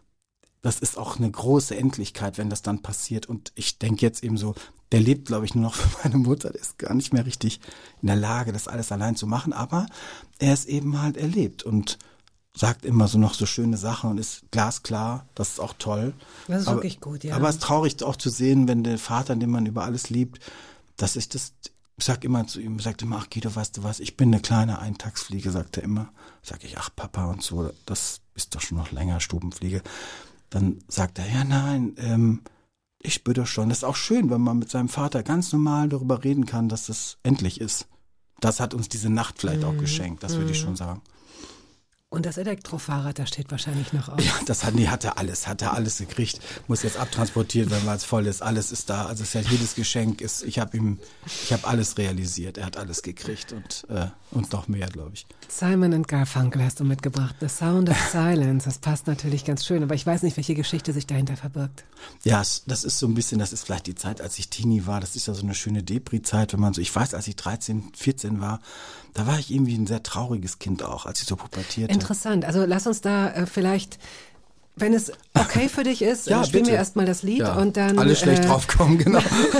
das ist auch eine große Endlichkeit, wenn das dann passiert. Und ich denke jetzt eben so, der lebt, glaube ich, nur noch für meine Mutter, der ist gar nicht mehr richtig in der Lage, das alles allein zu machen, aber er ist eben halt erlebt und sagt immer so noch so schöne Sachen und ist glasklar, das ist auch toll. Das ist aber, wirklich gut, ja. Aber es ist traurig auch zu sehen, wenn der Vater, den man über alles liebt, dass ich das, ich sag immer zu ihm, sagt immer, ach Guido, weißt du was, ich bin eine kleine Eintagsfliege, sagt er immer. Sag ich, ach Papa und so, das ist doch schon noch länger Stubenfliege. Dann sagt er, ja nein, ähm, ich spüre das schon. Das ist auch schön, wenn man mit seinem Vater ganz normal darüber reden kann, dass das endlich ist. Das hat uns diese Nacht vielleicht auch geschenkt, das würde ich schon sagen. Und das Elektrofahrrad, das steht wahrscheinlich noch aus. Ja, das hat, nee, hat er alles, hat er alles gekriegt. Muss jetzt abtransportiert werden, weil es voll ist. Alles ist da. Also es ist ja jedes Geschenk ist. Ich habe ihm, ich habe alles realisiert. Er hat alles gekriegt und äh, und noch mehr, glaube ich. Simon and Garfunkel hast du mitgebracht. The Sound of Silence. Das passt natürlich ganz schön. Aber ich weiß nicht, welche Geschichte sich dahinter verbirgt. Ja, das ist so ein bisschen. Das ist vielleicht die Zeit, als ich Teenie war. Das ist ja so eine schöne Depri-Zeit, wenn man so. Ich weiß, als ich dreizehn, vierzehn war. Da war ich irgendwie ein sehr trauriges Kind auch, als ich so pubertierte. Interessant. Also lass uns da äh, vielleicht, wenn es okay für dich ist, ja, äh, spielen bitte. wir erstmal das Lied Ja, und dann... alle schlecht äh, draufkommen, genau.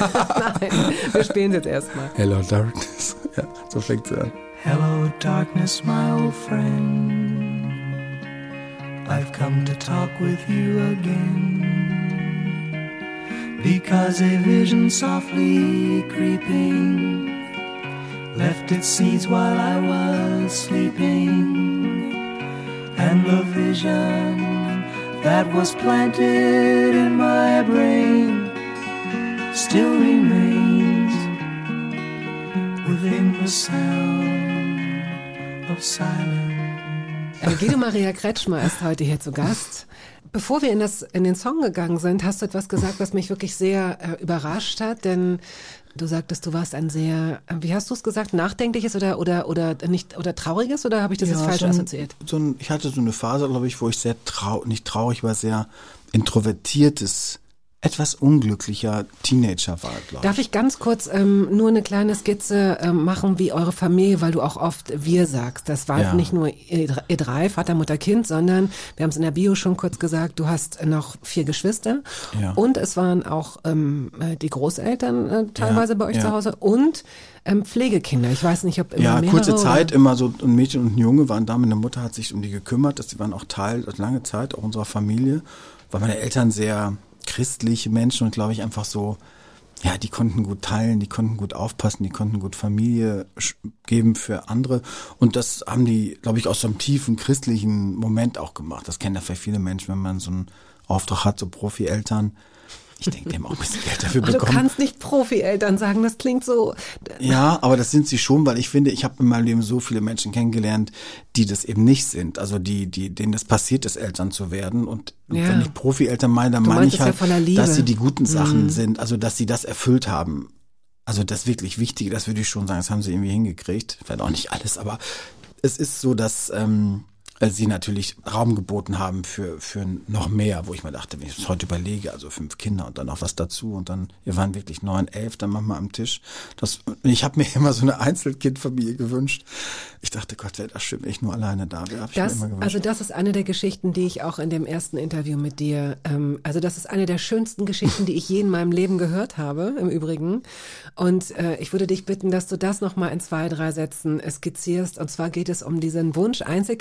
Nein, wir spielen es jetzt erstmal. Hello Darkness. Ja, so fängt es an. Hello, darkness, my old friend. I've come to talk with you again. Because a vision softly creeping left its seeds while I was sleeping, and the vision that was planted in my brain still remains within the sound of silence. Äh, Guido Maria Kretschmer ist heute hier zu Gast. Bevor wir in, das, in den Song gegangen sind, hast du etwas gesagt, was mich wirklich sehr äh, überrascht hat, denn du sagtest, du warst ein sehr, äh, wie hast du es gesagt, nachdenkliches oder oder oder nicht oder trauriges, oder habe ich das jetzt falsch so ein, assoziiert? So ein, ich hatte so eine Phase, glaube ich, wo ich sehr trau nicht traurig war, sehr introvertiertes, etwas unglücklicher Teenager war, glaube ich. Darf ich ganz kurz ähm, nur eine kleine Skizze ähm, machen, wie eure Familie, weil du auch oft wir sagst. Das war Ja. nicht nur ihr, ihr drei, Vater, Mutter, Kind, sondern wir haben es in der Bio schon kurz gesagt, du hast noch vier Geschwister Ja. und es waren auch ähm, die Großeltern äh, teilweise Ja, bei euch ja. zu Hause und ähm, Pflegekinder. Ich weiß nicht, ob immer Ja, mehrere kurze Zeit oder? immer so, ein Mädchen und ein Junge waren da, meine Mutter hat sich um die gekümmert, dass die waren auch Teil, lange Zeit auch unserer Familie, weil meine Eltern sehr christliche Menschen und glaube ich einfach so, ja, die konnten gut teilen, die konnten gut aufpassen, die konnten gut Familie sch- geben für andere und das haben die, glaube ich, aus so einem tiefen christlichen Moment auch gemacht. Das kennen ja vielleicht viele Menschen, wenn man so einen Auftrag hat, so Profi-Eltern. Ich denke, die haben auch ein bisschen Geld dafür Oh, du bekommen. kannst nicht Profi-Eltern sagen, das klingt so... Ja, aber das sind sie schon, weil ich finde, ich habe in meinem Leben so viele Menschen kennengelernt, die das eben nicht sind. Also die, die, denen das passiert ist, Eltern zu werden. Und Ja. wenn ich Profi-Eltern meine, dann Du meine meinst ich es ja halt, voller Liebe. dass sie die guten Sachen Mhm. sind, also dass sie das erfüllt haben. Also das wirklich Wichtige, das würde ich schon sagen, das haben sie irgendwie hingekriegt. Vielleicht auch nicht alles, aber es ist so, dass ähm, sie natürlich Raum geboten haben für für noch mehr, wo ich mir dachte, wenn ich es heute überlege, also fünf Kinder und dann noch was dazu und dann, wir waren wirklich neun, elf, dann machen wir am Tisch. Das, ich habe mir immer so eine Einzelkindfamilie gewünscht. Ich dachte, Gott, wäre das schön, wenn ich nur alleine da wäre. Hab ich Das, mir immer gewünscht. also das ist eine der Geschichten, die ich auch in dem ersten Interview mit dir, ähm, also das ist eine der schönsten Geschichten, die ich je in meinem Leben gehört habe, im Übrigen. Und äh, ich würde dich bitten, dass du das nochmal in zwei, drei Sätzen skizzierst. Und zwar geht es um diesen Wunsch, Einzelkind zu sein.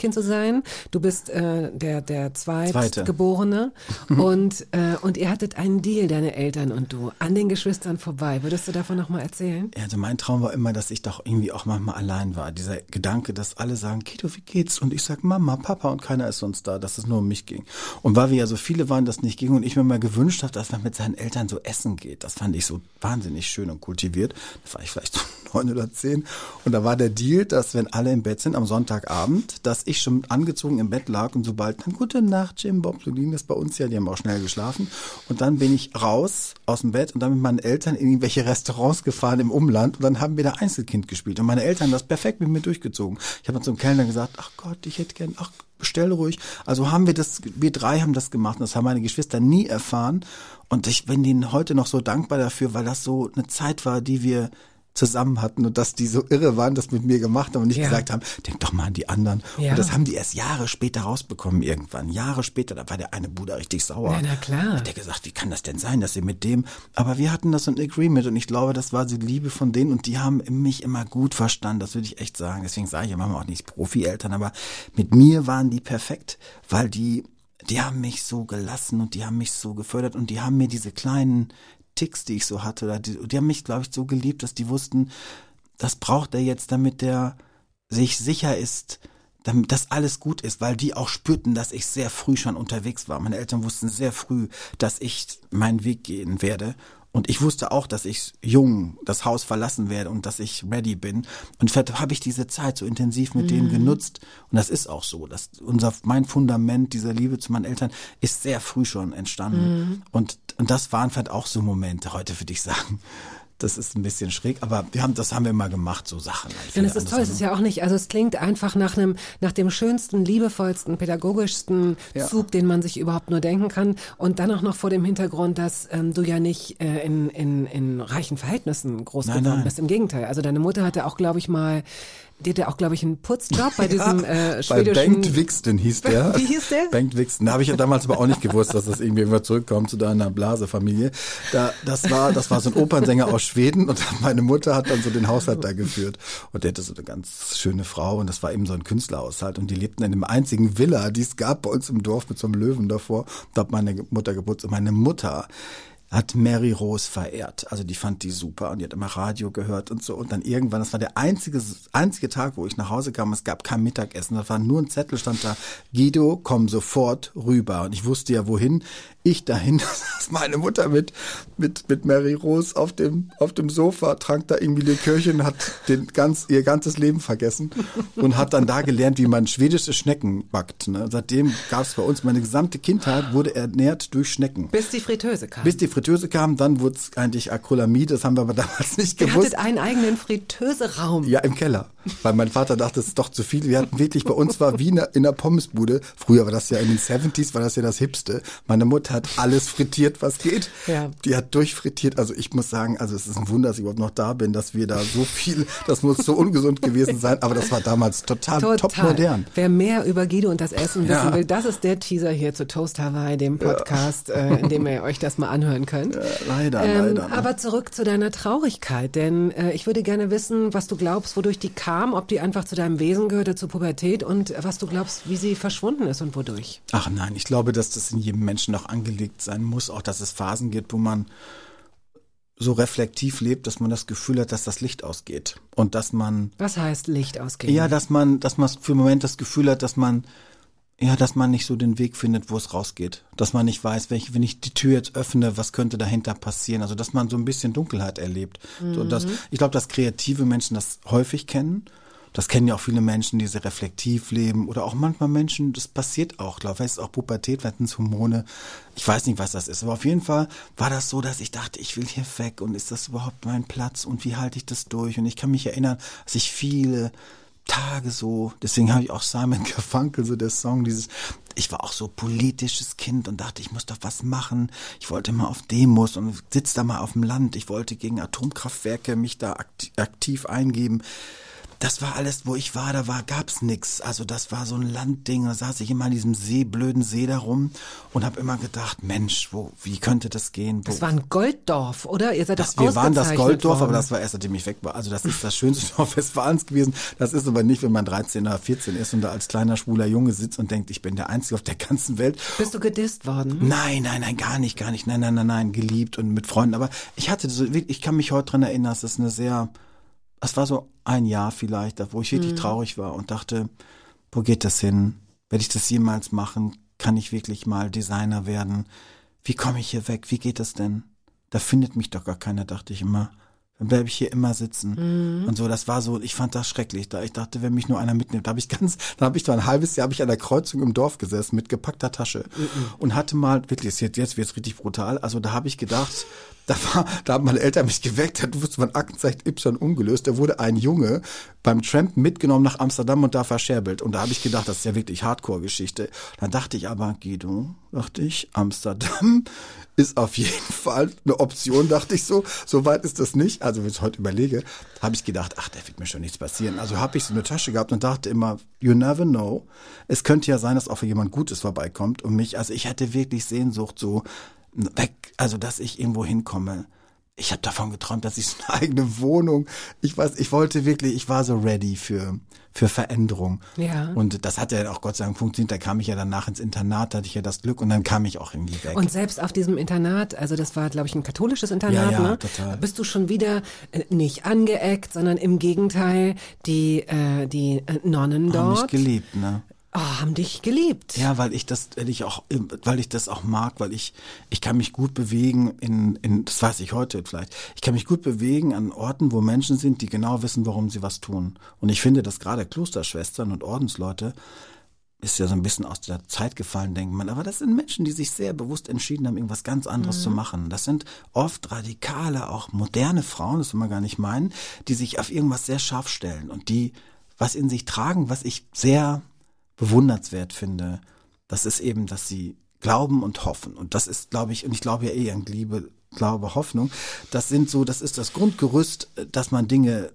sein. Du bist äh, der, der Zweite. Zweitgeborene. und, äh, und ihr hattet einen Deal, deine Eltern und du, an den Geschwistern vorbei. Würdest du davon nochmal erzählen? Ja, also mein Traum war immer, dass ich doch irgendwie auch manchmal allein war. Dieser Gedanke, dass alle sagen, Guido, wie geht's? Und ich sag Mama, Papa und keiner ist sonst da, dass es nur um mich ging. Und weil wir ja so viele waren, das nicht ging und ich mir mal gewünscht habe, dass man mit seinen Eltern so essen geht, das fand ich so wahnsinnig schön und kultiviert. Da war ich vielleicht so neun oder zehn. Und da war der Deal, dass wenn alle im Bett sind am Sonntagabend, dass ich schon angezogen im Bett lag und sobald dann gute Nacht, Jim Bob, so ging das bei uns ja, die haben auch schnell geschlafen. Und dann bin ich raus aus dem Bett und dann mit meinen Eltern in irgendwelche Restaurants gefahren im Umland und dann haben wir da Einzelkind gespielt. Und meine Eltern haben das perfekt mit mir durchgezogen. Ich habe dann zum Kellner gesagt, ach Gott, ich hätte gern, ach, bestell ruhig. Also haben wir das, wir drei haben das gemacht und das haben meine Geschwister nie erfahren. Und ich bin denen heute noch so dankbar dafür, weil das so eine Zeit war, die wir zusammen hatten und dass die so irre waren, das mit mir gemacht haben und nicht Ja. gesagt haben, denk doch mal an die anderen. Ja. Und das haben die erst Jahre später rausbekommen irgendwann. Jahre später, da war der eine Bruder richtig sauer. Ja, na klar. Hat der gesagt, wie kann das denn sein, dass ihr mit dem, aber wir hatten das so ein Agreement und ich glaube, das war die Liebe von denen und die haben mich immer gut verstanden, das würde ich echt sagen. Deswegen sage ich ja manchmal auch nicht Profi-Eltern, aber mit mir waren die perfekt, weil die, die haben mich so gelassen und die haben mich so gefördert und die haben mir diese kleinen Ticks, die ich so hatte, oder die, die haben mich, glaube ich, so geliebt, dass die wussten, das braucht er jetzt, damit er sich sicher ist, damit das alles gut ist, weil die auch spürten, dass ich sehr früh schon unterwegs war. Meine Eltern wussten sehr früh, dass ich meinen Weg gehen werde. Und ich wusste auch, dass ich jung das Haus verlassen werde und dass ich ready bin. Und vielleicht habe ich diese Zeit so intensiv mit mhm. denen genutzt. Und das ist auch so. Dass unser, mein Fundament dieser Liebe zu meinen Eltern ist sehr früh schon entstanden. Mhm. Und, und das waren vielleicht auch so Momente, heute würde ich sagen. Das ist ein bisschen schräg, aber wir haben, das haben wir mal gemacht, so Sachen. Ja, das ist toll, es ist ja auch nicht, also es klingt einfach nach einem, nach dem schönsten, liebevollsten, pädagogischsten Ja. Zug, den man sich überhaupt nur denken kann. Und dann auch noch vor dem Hintergrund, dass ähm, du ja nicht äh, in, in, in reichen Verhältnissen groß Nein, geworden nein. bist. Im Gegenteil. Also deine Mutter hatte auch, glaube ich, mal, die hatte auch, glaube ich, einen Putzjob bei diesem äh, Bei schwedischen... Bengt Wixten hieß der. Wie hieß der? Bengt Wixten. Da habe ich ja damals aber auch nicht gewusst, dass das irgendwie immer zurückkommt zu deiner Blase-Familie. Da, das war, das war so ein Opernsänger aus Schweden und meine Mutter hat dann so den Haushalt da geführt. Und der hatte so eine ganz schöne Frau und das war eben so ein Künstlerhaushalt und die lebten in einem einzigen Villa, die es gab bei uns im Dorf mit so einem Löwen davor. Da hat meine Mutter geputzt und meine Mutter hat Mary Rose verehrt. Also die fand die super und die hat immer Radio gehört und so. Und dann irgendwann, das war der einzige, einzige Tag, wo ich nach Hause kam, es gab kein Mittagessen. Da war nur ein Zettel, stand da, Guido, komm sofort rüber. Und ich wusste ja, wohin. Ich dahin, saß meine Mutter mit, mit, mit Mary Rose auf dem, auf dem Sofa, trank da irgendwie Likörchen, hat den ganz, ihr ganzes Leben vergessen und hat dann da gelernt, wie man schwedische Schnecken backt. Ne? Seitdem gab es bei uns, meine gesamte Kindheit wurde ernährt durch Schnecken. Bis die Fritteuse kam. Bis die Fritteuse kam, dann wurde es eigentlich Acrylamid, das haben wir aber damals nicht Ihr gewusst. hattet einen eigenen Fritteuseraum. Ja, im Keller. Weil mein Vater dachte, es ist doch zu viel. Wir hatten wirklich, bei uns war wie in einer, in einer Pommesbude. Früher war das ja in den siebziger, war das ja das Hipste. Meine Mutter hat alles frittiert, was geht. Ja. Die hat durchfrittiert. Also ich muss sagen, also es ist ein Wunder, dass ich überhaupt noch da bin, dass wir da so viel, das muss so ungesund gewesen sein. Aber das war damals total, Total. top modern. Wer mehr über Guido und das Essen wissen Ja. will, das ist der Teaser hier zu Toast Hawaii, dem Podcast, äh, in dem ihr euch das mal anhören könnt. Ja, leider, ähm, leider. Ne? Aber zurück zu deiner Traurigkeit, denn äh, ich würde gerne wissen, was du glaubst, wodurch die kam, ob die einfach zu deinem Wesen gehörte, zur Pubertät und was du glaubst, wie sie verschwunden ist und wodurch. Ach nein, ich glaube, dass das in jedem Menschen noch angelegt sein muss, auch dass es Phasen gibt, wo man so reflektiv lebt, dass man das Gefühl hat, dass das Licht ausgeht und dass man Was heißt Licht ausgehen? ja, dass man, dass man für einen Moment das Gefühl hat, dass man ja, dass man nicht so den Weg findet, wo es rausgeht, dass man nicht weiß, welche, wenn ich die Tür jetzt öffne, was könnte dahinter passieren, also dass man so ein bisschen Dunkelheit erlebt. Mhm. So, dass, ich glaube, dass kreative Menschen das häufig kennen. Das kennen ja auch viele Menschen, die sehr reflektiv leben oder auch manchmal Menschen, das passiert auch, glaube ich, es ist auch Pubertät, vielleicht sind es Hormone, ich weiß nicht, was das ist, aber auf jeden Fall war das so, dass ich dachte, ich will hier weg und ist das überhaupt mein Platz und wie halte ich das durch und ich kann mich erinnern, dass ich viele Tage so, deswegen habe ich auch Simon Garfunkel, so der Song, dieses, ich war auch so politisches Kind und dachte, ich muss doch was machen, ich wollte mal auf Demos und sitze da mal auf dem Land, ich wollte gegen Atomkraftwerke mich da aktiv, aktiv eingeben. das war alles, wo ich war, da war, gab's nix. Also das war so ein Landding, da saß ich immer in diesem See, blöden See da rum und habe immer gedacht, Mensch, wo, wie könnte das gehen? Wo, Das war ein Golddorf, oder? Ihr seid das, doch wir waren das ausgezeichnet Golddorf, worden. aber das war erst, nachdem ich weg war. Also das ist das schönste Dorf Westfalens gewesen. Das ist aber nicht, wenn man dreizehn oder vierzehn ist und da als kleiner schwuler Junge sitzt und denkt, ich bin der Einzige auf der ganzen Welt. Bist du gedisst worden? Nein, nein, nein, gar nicht, gar nicht. Nein, nein, nein, nein, geliebt und mit Freunden. Aber ich hatte so, ich kann mich heute dran erinnern, das ist eine sehr, das war so ein Jahr vielleicht, wo ich wirklich traurig war und dachte, wo geht das hin? Werde ich das jemals machen? Kann ich wirklich mal Designer werden? Wie komme ich hier weg? Wie geht das denn? Da findet mich doch gar keiner, dachte ich immer. Dann bleibe ich hier immer sitzen. Mhm. Und so, das war so, ich fand das schrecklich. Da ich dachte, wenn mich nur einer mitnimmt, da habe ich ganz, da habe ich da ein halbes Jahr habe ich an der Kreuzung im Dorf gesessen mit gepackter Tasche mhm. und hatte mal, wirklich, jetzt, jetzt wird's richtig brutal, also da habe ich gedacht, da war, da haben meine Eltern mich geweckt, da wusste man Aktenzeichen Y ungelöst, da wurde ein Junge beim Trampen mitgenommen nach Amsterdam und da verscherbelt. Und da habe ich gedacht, das ist ja wirklich Hardcore-Geschichte. Dann dachte ich aber, Guido, dachte ich, Amsterdam ist auf jeden Fall eine Option, dachte ich so. So weit ist das nicht. Also wenn ich es heute überlege, habe ich gedacht, ach, da wird mir schon nichts passieren. Also habe ich so eine Tasche gehabt und dachte immer, you never know. Es könnte ja sein, dass auch für jemand Gutes vorbeikommt und mich, also ich hatte wirklich Sehnsucht so weg, also dass ich irgendwo hinkomme. Ich habe davon geträumt, dass ich so eine eigene Wohnung, ich weiß, ich wollte wirklich, ich war so ready für für Veränderung. Ja. Und das hat ja auch Gott sei Dank funktioniert. Da kam ich ja danach ins Internat, da hatte ich ja das Glück und dann kam ich auch irgendwie weg. Und selbst auf diesem Internat, also das war, glaube ich, ein katholisches Internat, Ja, ja, ne? total. Bist du schon wieder äh, nicht angeeckt, sondern im Gegenteil, die äh, die äh, Nonnen Haben mich dort geliebt, ne? oh, haben dich geliebt. Ja, weil ich das, weil ich auch, weil ich das auch mag, weil ich, ich kann mich gut bewegen in, in, das weiß ich heute vielleicht, ich kann mich gut bewegen an Orten, wo Menschen sind, die genau wissen, warum sie was tun. Und ich finde, dass gerade Klosterschwestern und Ordensleute, ist ja so ein bisschen aus der Zeit gefallen, denkt man, aber das sind Menschen, die sich sehr bewusst entschieden haben, irgendwas ganz anderes mhm. zu machen. Das sind oft radikale, auch moderne Frauen, das will man gar nicht meinen, die sich auf irgendwas sehr scharf stellen und die was in sich tragen, was ich sehr bewundernswert finde, das ist eben, dass sie glauben und hoffen. Und das ist, glaube ich, und ich glaube ja eh an Liebe, Glaube, Hoffnung. Das sind so, das ist das Grundgerüst, dass man Dinge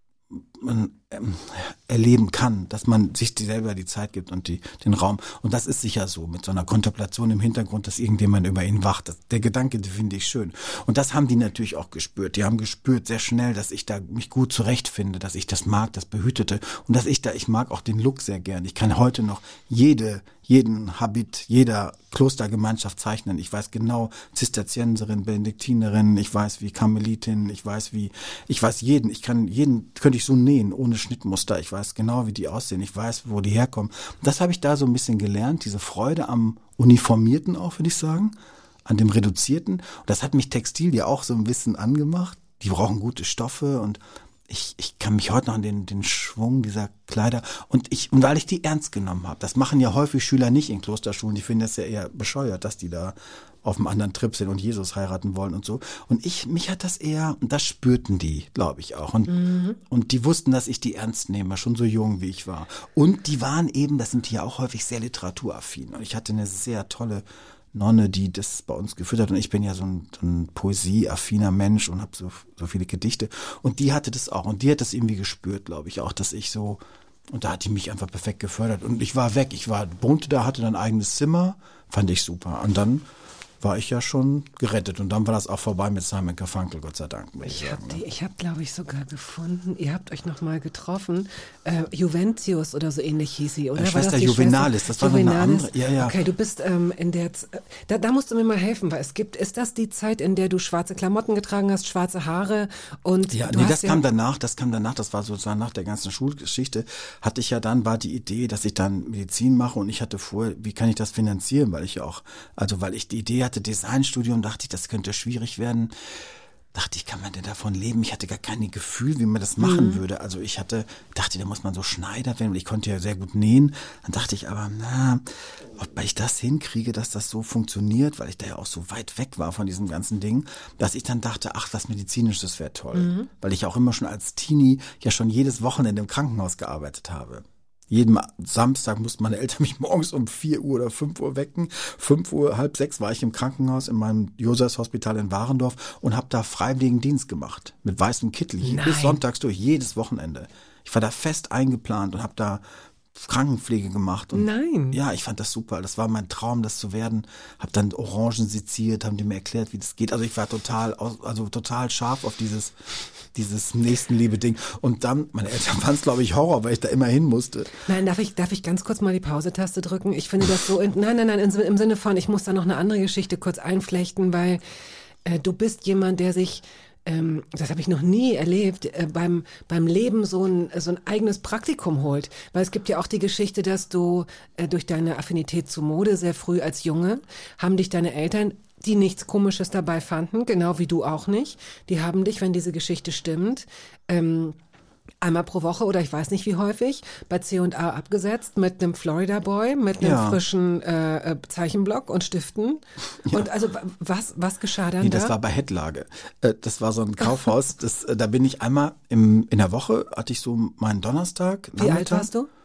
man, ähm, erleben kann, dass man sich die selber die Zeit gibt und die, den Raum. Und das ist sicher so, mit so einer Kontemplation im Hintergrund, dass irgendjemand über ihn wacht. Das, der Gedanke, den finde ich schön. Und das haben die natürlich auch gespürt. Die haben gespürt sehr schnell, dass ich da mich gut zurechtfinde, dass ich das mag, das Behütete. Und dass ich da, ich mag auch den Look sehr gern. Ich kann heute noch jede, jeden Habit, jeder Klostergemeinschaft zeichnen. Ich weiß genau, Zisterzienserin, Benediktinerin, ich weiß wie Karmelitin, ich weiß wie, ich weiß jeden, ich kann jeden, könnte ich so nähen, ohne Schnittmuster. Ich weiß genau, wie die aussehen. Ich weiß, wo die herkommen. Das habe ich da so ein bisschen gelernt, diese Freude am Uniformierten auch, würde ich sagen, an dem Reduzierten. Und das hat mich Textil ja auch so ein bisschen angemacht. Die brauchen gute Stoffe und ich, ich kann mich heute noch an den, den Schwung dieser Kleider und ich, und weil ich die ernst genommen habe. Das machen ja häufig Schüler nicht in Klosterschulen. Die finden das ja eher bescheuert, dass die da auf einem anderen Trip sind und Jesus heiraten wollen und so. Und ich, mich hat das eher, und das spürten die, glaube ich auch. Und, mhm. und die wussten, dass ich die ernst nehme, schon so jung wie ich war. Und die waren eben, das sind die ja auch häufig sehr literaturaffin. Und ich hatte eine sehr tolle Nonne, die das bei uns geführt hat. Und ich bin ja so ein, so ein poesieaffiner Mensch und habe so, so viele Gedichte. Und die hatte das auch. Und die hat das irgendwie gespürt, glaube ich auch, dass ich so, und da hat die mich einfach perfekt gefördert. Und ich war weg. Ich war, wohnte da, hatte dann ein eigenes Zimmer. Fand ich super. Und dann war ich ja schon gerettet. Und dann war das auch vorbei mit Simon Garfunkel, Gott sei Dank. Ich, ich habe ne? die, ich habe, glaube ich, sogar gefunden. Ihr habt euch noch mal getroffen. Äh, Juventius oder so ähnlich hieß sie, oder? Äh, war Schwester das die Juvenalis, Schwester? das war Juvenalis? noch eine andere. Ja, ja. Okay, du bist ähm, in der, Z- da, da musst du mir mal helfen, weil es gibt, ist das die Zeit, in der du schwarze Klamotten getragen hast, schwarze Haare und Ja, du nee, hast das ja kam danach, das kam danach, das war sozusagen nach der ganzen Schulgeschichte, hatte ich ja dann, war die Idee, dass ich dann Medizin mache und ich hatte vor, wie kann ich das finanzieren, weil ich ja auch, also weil ich die Idee hatte, Designstudium, dachte ich, das könnte schwierig werden. Dachte ich, kann man denn davon leben? Ich hatte gar kein Gefühl, wie man das machen mhm. würde. Also ich hatte, dachte, da muss man so Schneider werden, weil ich konnte ja sehr gut nähen. Dann dachte ich aber, na, ob ich das hinkriege, dass das so funktioniert, weil ich da ja auch so weit weg war von diesem ganzen Ding, dass ich dann dachte, ach, was Medizinisches wäre toll. Mhm. Weil ich auch immer schon als Teenie ja schon jedes Wochenende im Krankenhaus gearbeitet habe. Jeden Samstag mussten meine Eltern mich morgens um vier Uhr oder fünf Uhr wecken. fünf Uhr, halb sechs war ich im Krankenhaus in meinem Josefshospital in Warendorf und habe da freiwilligen Dienst gemacht. Mit weißem Kittel, Nein. bis sonntags durch, jedes Wochenende. Ich war da fest eingeplant und habe da Krankenpflege gemacht. Und Nein. Ja, ich fand das super. Das war mein Traum, das zu werden. Hab dann Orangen seziert, haben die mir erklärt, wie das geht. Also ich war total, aus- also total scharf auf dieses, dieses Nächstenliebe-Ding. Und dann, meine Eltern fanden es, glaube ich, Horror, weil ich da immer hin musste. Nein, darf ich, darf ich ganz kurz mal die Pause-Taste drücken? Ich finde das so, in, nein, nein, nein, im, im Sinne von, ich muss da noch eine andere Geschichte kurz einflechten, weil äh, du bist jemand, der sich, ähm, das habe ich noch nie erlebt, äh, beim, beim Leben so ein, so ein eigenes Praktikum holt. Weil es gibt ja auch die Geschichte, dass du äh, durch deine Affinität zu Mode sehr früh als Junge, haben dich deine Eltern, die nichts Komisches dabei fanden, genau wie du auch nicht, die haben dich, wenn diese Geschichte stimmt, ähm, einmal pro Woche oder ich weiß nicht wie häufig, bei C und A abgesetzt mit einem Florida Boy, mit einem Ja. frischen äh, äh, Zeichenblock und Stiften. Ja. Und also wa- was, was geschah dann Nee, da? das war bei Hettlage. Äh, Das war so ein Kaufhaus. Das, äh, da bin ich einmal im, in der Woche, hatte ich so meinen Donnerstag. Wie alt Nachmittag. warst du?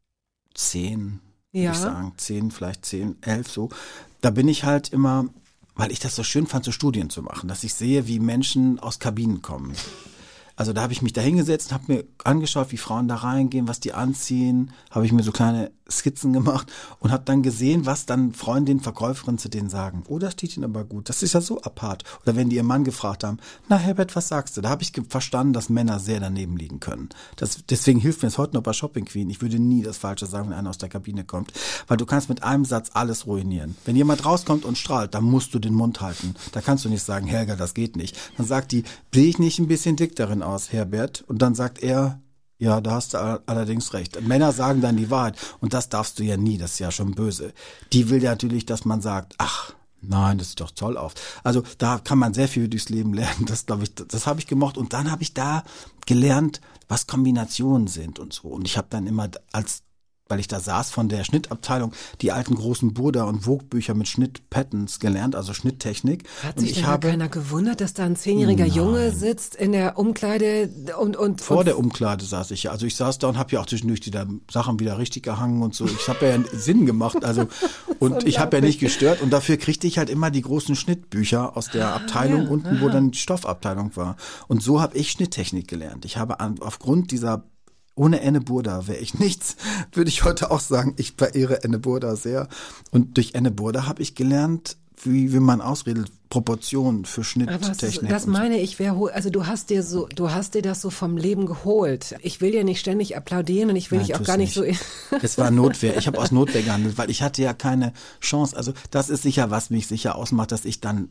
Zehn, Ja. würde ich sagen. Zehn, vielleicht zehn, elf so. Da bin ich halt immer, weil ich das so schön fand, so Studien zu machen, dass ich sehe, wie Menschen aus Kabinen kommen. Also da habe ich mich da hingesetzt, habe mir angeschaut, wie Frauen da reingehen, was die anziehen, habe ich mir so kleine Skizzen gemacht und habe dann gesehen, was dann Freundinnen, Verkäuferinnen zu denen sagen. Oh, das steht ihnen aber gut, das ist ja so apart. Oder wenn die ihren Mann gefragt haben, na Herbert, was sagst du? Da habe ich ge- verstanden, dass Männer sehr daneben liegen können. Das, deswegen hilft mir es heute noch bei Shopping Queen. Ich würde nie das Falsche sagen, wenn einer aus der Kabine kommt, weil du kannst mit einem Satz alles ruinieren. Wenn jemand rauskommt und strahlt, dann musst du den Mund halten. Da kannst du nicht sagen, Helga, das geht nicht. Dann sagt die, sehe ich nicht ein bisschen dick darin aus, Herbert? Und dann sagt er, ja, da hast du all- allerdings recht. Männer sagen dann die Wahrheit und das darfst du ja nie, das ist ja schon böse. Die will ja natürlich, dass man sagt, ach, nein, das sieht doch toll aus. Also da kann man sehr viel durchs Leben lernen, das glaube ich, das habe ich gemocht und dann habe ich da gelernt, was Kombinationen sind und so. Und ich habe dann immer als weil ich da saß von der Schnittabteilung, die alten großen Burda- und Vogue-Bücher mit Schnitt-Patterns gelernt, also Schnitttechnik. Hat und sich ich denn da habe keiner gewundert, dass da ein zehnjähriger Nein. Junge sitzt in der Umkleide und und vor und der Umkleide saß ich ja. Also ich saß da und habe ja auch zwischendurch die da Sachen wieder richtig gehangen und so. Ich habe ja Sinn gemacht, also und ich habe ja nicht gestört und dafür kriegte ich halt immer die großen Schnittbücher aus der Abteilung ja, unten, wo dann die Stoffabteilung war. Und so habe ich Schnitttechnik gelernt. Ich habe an, aufgrund dieser ohne Enne Burda wäre ich nichts, würde ich heute auch sagen. Ich verehre Enne Burda sehr. Und durch Enne Burda habe ich gelernt, wie, wie man ausredet, Proportionen für Aber es ist, Schnitttechnik. das und so. meine ich, wer hol- also du hast dir so, du hast dir das so vom Leben geholt. Ich will dir nicht ständig applaudieren und ich will Nein, dich auch tu's gar nicht, nicht. so. Es war Notwehr. Ich habe aus Notwehr gehandelt, weil ich hatte ja keine Chance. Also das ist sicher, was mich sicher ausmacht, dass ich dann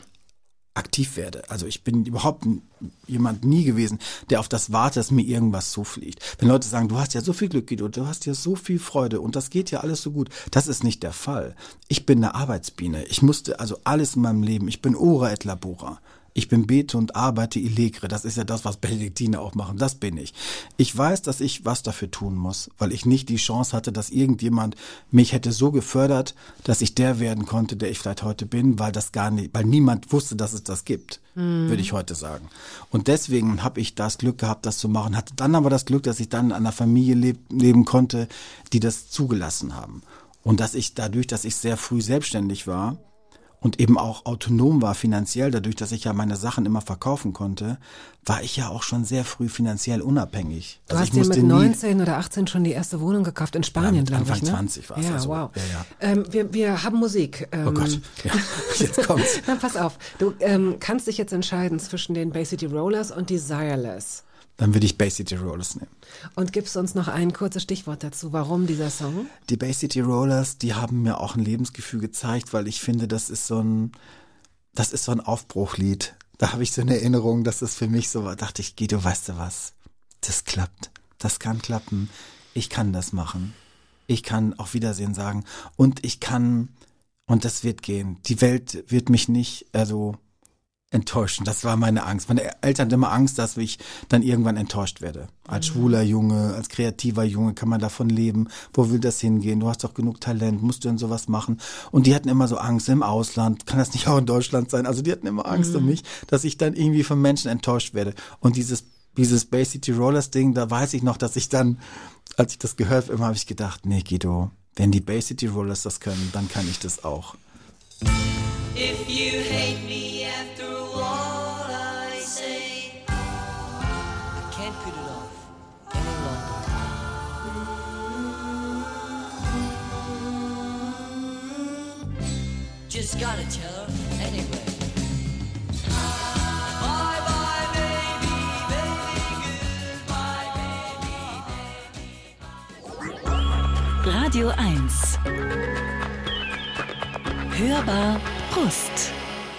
aktiv werde. Also ich bin überhaupt n- jemand nie gewesen, der auf das wartet, dass mir irgendwas zufliegt. Wenn Leute sagen, du hast ja so viel Glück, Guido, du hast ja so viel Freude und das geht ja alles so gut. Das ist nicht der Fall. Ich bin eine Arbeitsbiene. Ich musste also alles in meinem Leben, ich bin ora et labora. Ich bin bete und arbeite illegre. Das ist ja das, was Benediktiner auch machen. Das bin ich. Ich weiß, dass ich was dafür tun muss, weil ich nicht die Chance hatte, dass irgendjemand mich hätte so gefördert, dass ich der werden konnte, der ich vielleicht heute bin, weil das gar nicht, weil niemand wusste, dass es das gibt, würde ich heute sagen. Und deswegen habe ich das Glück gehabt, das zu machen. Hatte dann aber das Glück, dass ich dann in einer Familie leb, leben konnte, die das zugelassen haben. Und dass ich dadurch, dass ich sehr früh selbstständig war, und eben auch autonom war finanziell, dadurch, dass ich ja meine Sachen immer verkaufen konnte, war ich ja auch schon sehr früh finanziell unabhängig. Du Also hast ich dir musste mit nie, neunzehn oder achtzehn schon die erste Wohnung gekauft in Spanien, Ja, mit glaube ich. Anfang Ne? zwanzig war es Ja, also. wow. Ja, ja. Ähm, wir, wir haben Musik. Ähm, Oh Gott, ja, jetzt kommt's. Na, pass auf, du ähm, kannst dich jetzt entscheiden zwischen den Bay City Rollers und Desireless. Dann würde ich Bay City Rollers nehmen. Und gibst uns noch ein kurzes Stichwort dazu, warum dieser Song? Die Bay City Rollers, die haben mir auch ein Lebensgefühl gezeigt, weil ich finde, das ist so ein, das ist so ein Aufbruchlied. Da habe ich so eine Erinnerung, dass das für mich so war. Dachte ich, Guido, weißt du was? Das klappt. Das kann klappen. Ich kann das machen. Ich kann auf Wiedersehen sagen. Und ich kann, und das wird gehen. Die Welt wird mich nicht, also, enttäuschen. Das war meine Angst. Meine Eltern hatten immer Angst, dass ich dann irgendwann enttäuscht werde. Als schwuler Junge, als kreativer Junge kann man davon leben. Wo will das hingehen? Du hast doch genug Talent, musst du denn sowas machen? Und die hatten immer so Angst im Ausland. Kann das nicht auch in Deutschland sein? Also die hatten immer Angst Mhm. um mich, dass ich dann irgendwie von Menschen enttäuscht werde. Und dieses dieses Bay City Rollers Ding, da weiß ich noch, dass ich dann, als ich das gehört habe, immer habe ich gedacht, nee Guido, wenn die Bay City Rollers das können, dann kann ich das auch. If you hate me after all I say, I can't put it off any longer. just gotta tell her anyway. Bye bye baby, baby, goodbye baby, baby. Radio eins. Hörbar Brust.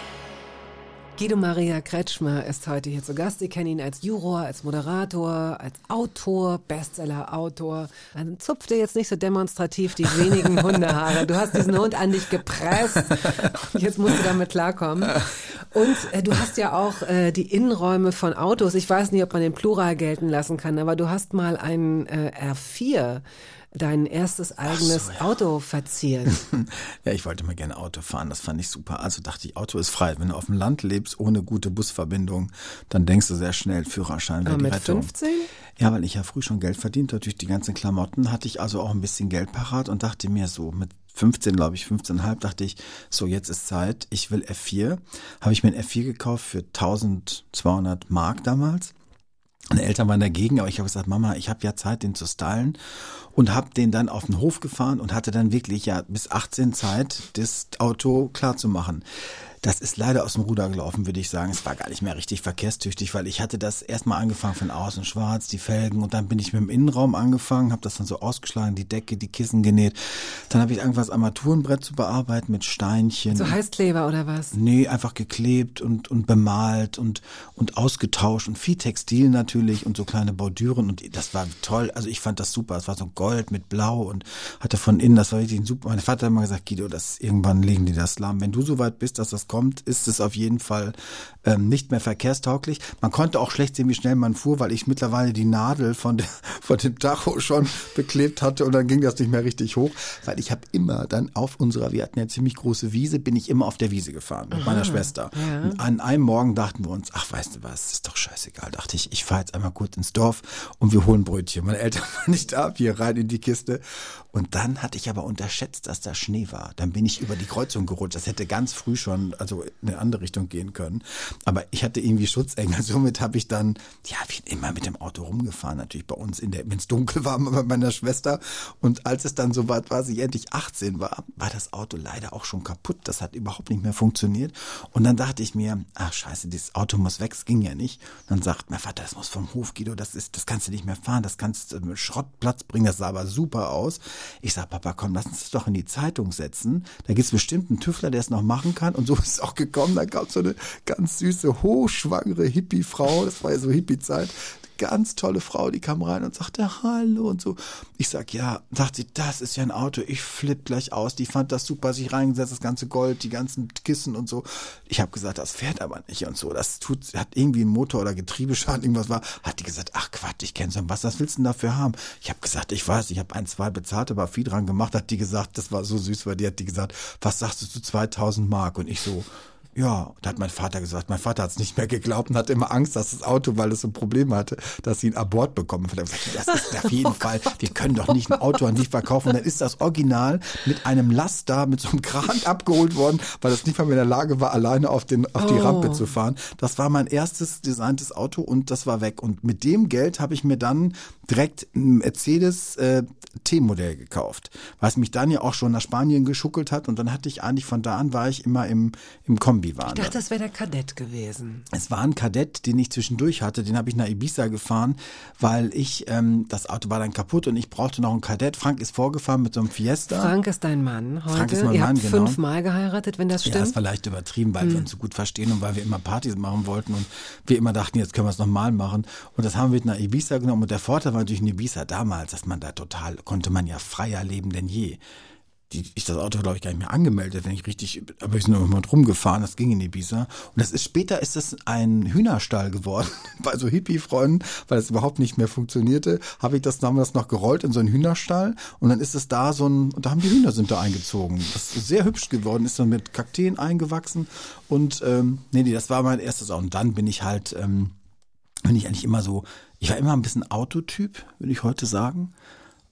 Guido Maria Kretschmer ist heute hier zu Gast. Sie kennen ihn als Juror, als Moderator, als Autor, Bestseller-Autor. Dann zupft er jetzt nicht so demonstrativ die wenigen Hundehaare. Du hast diesen Hund an dich gepresst. Jetzt musst du damit klarkommen. Und äh, du hast ja auch äh, die Innenräume von Autos. Ich weiß nicht, ob man den Plural gelten lassen kann, aber du hast mal einen äh, R vier, dein erstes eigenes so, ja. Auto verziert. Ja, ich wollte mal gerne Auto fahren, das fand ich super. Also dachte ich, Auto ist frei. Wenn du auf dem Land lebst, ohne gute Busverbindung, dann denkst du sehr schnell, Führerschein wäre die mit Rettung. fünfzehn? Ja, weil ich ja früh schon Geld verdient habe durch die ganzen Klamotten, hatte ich also auch ein bisschen Geld parat und dachte mir so, mit fünfzehn, glaube ich, fünfzehn Komma fünf, dachte ich, so jetzt ist Zeit, ich will F vier. Habe ich mir ein F vier gekauft für tausendzweihundert Mark damals. Meine Eltern waren dagegen, aber ich habe gesagt, Mama, ich habe ja Zeit, den zu stylen und habe den dann auf den Hof gefahren und hatte dann wirklich ja bis achtzehn Zeit, das Auto klar zu machen. Das ist leider aus dem Ruder gelaufen, würde ich sagen. Es war gar nicht mehr richtig verkehrstüchtig, weil ich hatte das erstmal angefangen von außen schwarz, die Felgen, und dann bin ich mit dem Innenraum angefangen, habe das dann so ausgeschlagen, die Decke, die Kissen genäht. Dann habe ich angefangen, das Armaturenbrett zu bearbeiten mit Steinchen. So Heißkleber oder was? Nee, einfach geklebt und und bemalt und und ausgetauscht und viel Textil natürlich und so kleine Bordüren, und das war toll. Also ich fand das super. Es war so Gold mit Blau und hatte von innen, das war richtig super. Mein Vater hat immer gesagt, Guido, das irgendwann legen die das lahm. Wenn du so weit bist, dass das kommt, ist es auf jeden Fall ähm, nicht mehr verkehrstauglich. Man konnte auch schlecht sehen, wie schnell man fuhr, weil ich mittlerweile die Nadel von, der, von dem Tacho schon beklebt hatte, und dann ging das nicht mehr richtig hoch, weil ich habe immer dann auf unserer, wir hatten ja ziemlich große Wiese, bin ich immer auf der Wiese gefahren mit Aha, meiner Schwester. Ja. Und an einem Morgen dachten wir uns, ach, weißt du was, ist doch scheißegal, dachte ich, ich fahre jetzt einmal kurz ins Dorf und wir holen Brötchen. Meine Eltern waren nicht da, wir rein in die Kiste. Und dann hatte ich aber unterschätzt, dass da Schnee war. Dann bin ich über die Kreuzung gerutscht. Das hätte ganz früh schon, also in eine andere Richtung gehen können. Aber ich hatte irgendwie Schutzengel. Somit habe ich dann, ja, wie immer mit dem Auto rumgefahren. Natürlich bei uns, in der, wenn es dunkel war, bei meiner Schwester. Und als es dann so weit war, dass ich endlich achtzehn war, war das Auto leider auch schon kaputt. Das hat überhaupt nicht mehr funktioniert. Und dann dachte ich mir, ach scheiße, dieses Auto muss weg. Es ging ja nicht. Und dann sagt mein Vater, das muss vom Hof, Guido, das ist, das kannst du nicht mehr fahren. Das kannst du mit Schrottplatz bringen. Das sah aber super aus. Ich sag, Papa, komm, lass uns das doch in die Zeitung setzen. Da gibt's bestimmt einen Tüftler, der es noch machen kann. Und so ist es auch gekommen. Da gab es so eine ganz süße, hochschwangere Hippie-Frau. Das war ja so Hippie-Zeit. Ganz tolle Frau, die kam rein und sagte Hallo und so. Ich sag, ja, sagt sie, das ist ja ein Auto. Ich flipp gleich aus. Die fand das super, sich reingesetzt, das ganze Gold, die ganzen Kissen und so. Ich habe gesagt, das fährt aber nicht und so. Das tut, hat irgendwie einen Motor oder Getriebeschaden, irgendwas war. Hat die gesagt, ach Quatsch, ich kenne so was. Was willst du denn dafür haben? Ich habe gesagt, ich weiß, ich habe ein, zwei bezahlt, aber viel dran gemacht. Hat die gesagt, das war so süß, weil die hat die gesagt, was sagst du zu zweitausend Mark? Und ich so, ja, da hat mein Vater gesagt, mein Vater hat es nicht mehr geglaubt und hatte immer Angst, dass das Auto, weil es so Probleme hatte, dass sie einen Abort bekommen. Das ist auf jeden oh Fall, Gott. Wir können doch nicht ein Auto an dich verkaufen. Und dann ist das Original mit einem Laster, mit so einem Kran abgeholt worden, weil das nicht mal mehr in der Lage war, alleine auf, den, auf die oh. Rampe zu fahren. Das war mein erstes designtes Auto und das war weg. Und mit dem Geld habe ich mir dann direkt ein Mercedes äh, T-Modell gekauft, was mich dann ja auch schon nach Spanien geschuckelt hat. Und dann hatte ich eigentlich, von da an war ich immer im, im Kombi. Waren ich dachte, das wäre der Kadett gewesen. Es war ein Kadett, den ich zwischendurch hatte. Den habe ich nach Ibiza gefahren, weil ich, ähm, das Auto war dann kaputt und ich brauchte noch einen Kadett. Frank ist vorgefahren mit so einem Fiesta. Frank ist dein Mann heute. Frank ist mein Ihr Mann, habt genau. fünfmal geheiratet, wenn das stimmt. Ja, das war leicht übertrieben, weil hm. wir uns so gut verstehen und weil wir immer Partys machen wollten und wir immer dachten, jetzt können wir es nochmal machen. Und das haben wir nach Ibiza genommen. Und der Vorteil war natürlich in Ibiza damals, dass man da total, konnte man ja freier leben denn je. Die, ich das Auto, glaube ich, gar nicht mehr angemeldet, wenn ich richtig, aber ich bin noch mal rumgefahren, das ging in Ibiza. Und das ist, später ist das ein Hühnerstall geworden, bei so Hippie-Freunden, weil es überhaupt nicht mehr funktionierte, habe ich das damals noch gerollt in so einen Hühnerstall und dann ist es da so ein, und da haben die Hühner sind da eingezogen. Das ist sehr hübsch geworden, ist dann mit Kakteen eingewachsen und, ähm, nee, nee, das war mein erstes Auto. Und dann bin ich halt, ähm, bin ich eigentlich immer so, ich war immer ein bisschen Autotyp, würde ich heute sagen.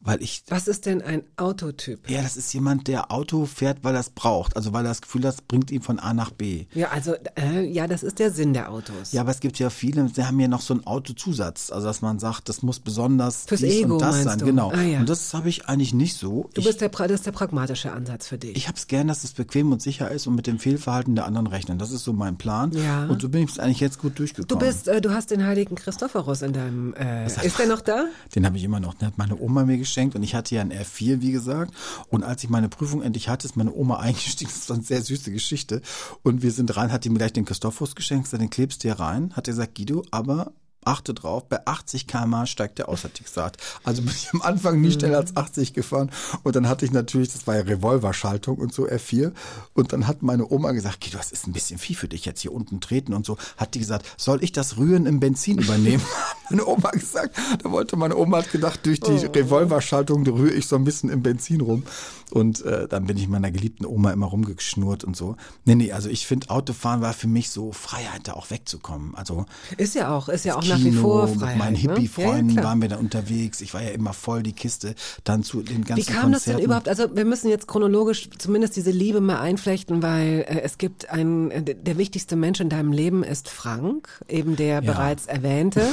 weil ich... Was ist denn ein Autotyp? Ja, das ist jemand, der Auto fährt, weil er es braucht. Also weil er das Gefühl hat, das bringt ihn von A nach B. Ja, also, äh, ja, das ist der Sinn der Autos. Ja, aber es gibt ja viele, die haben ja noch so einen Autozusatz. Also dass man sagt, das muss besonders Fürs dies Ego, und das meinst sein. du? Genau. Ah, ja. Und das habe ich eigentlich nicht so. Du ich, bist der, pra- das ist der pragmatische Ansatz für dich. Ich habe es gern, dass es bequem und sicher ist und mit dem Fehlverhalten der anderen rechnen. Das ist so mein Plan. Ja. Und so bin ich eigentlich jetzt gut durchgekommen. Du bist, äh, du hast den heiligen Christophorus in deinem, äh, ist der noch da? Den habe ich immer noch. Den hat meine Oma mir geschenkt und ich hatte ja ein R vier, wie gesagt. Und als ich meine Prüfung endlich hatte, ist meine Oma eingestiegen. Das war eine sehr süße Geschichte. Und wir sind rein, hat die mir gleich den Christophorus geschenkt, gesagt, den klebst du hier rein. Hat er gesagt, Guido, aber achte drauf, bei achtzig Kilometer pro Stunde steigt der aus, hat die gesagt. Also bin ich am Anfang nie schneller als achtzig gefahren. Und dann hatte ich natürlich, das war ja Revolverschaltung und so, R vier. Und dann hat meine Oma gesagt, Guido, das ist ein bisschen viel für dich jetzt hier unten treten und so. Hat die gesagt, soll ich das Rühren im Benzin übernehmen? Meine Oma gesagt, da wollte meine Oma hat gedacht, durch die Oh. Revolverschaltung rühre ich so ein bisschen im Benzin rum. Und äh, dann bin ich meiner geliebten Oma immer rumgeschnurrt und so. Nee, nee, also ich finde, Autofahren war für mich so Freiheit, da auch wegzukommen. Also Ist ja auch, ist ja auch Kino, nach wie vor mit Freiheit. meinen ne? Hippie-Freunden ja, ja, waren wir da unterwegs. Ich war ja immer voll die Kiste. Dann zu den ganzen Wie kam das denn Konzerten. überhaupt? Also wir müssen jetzt chronologisch zumindest diese Liebe mal einflechten, weil äh, es gibt einen, äh, der wichtigste Mensch in deinem Leben ist Frank, eben der Ja. bereits erwähnte.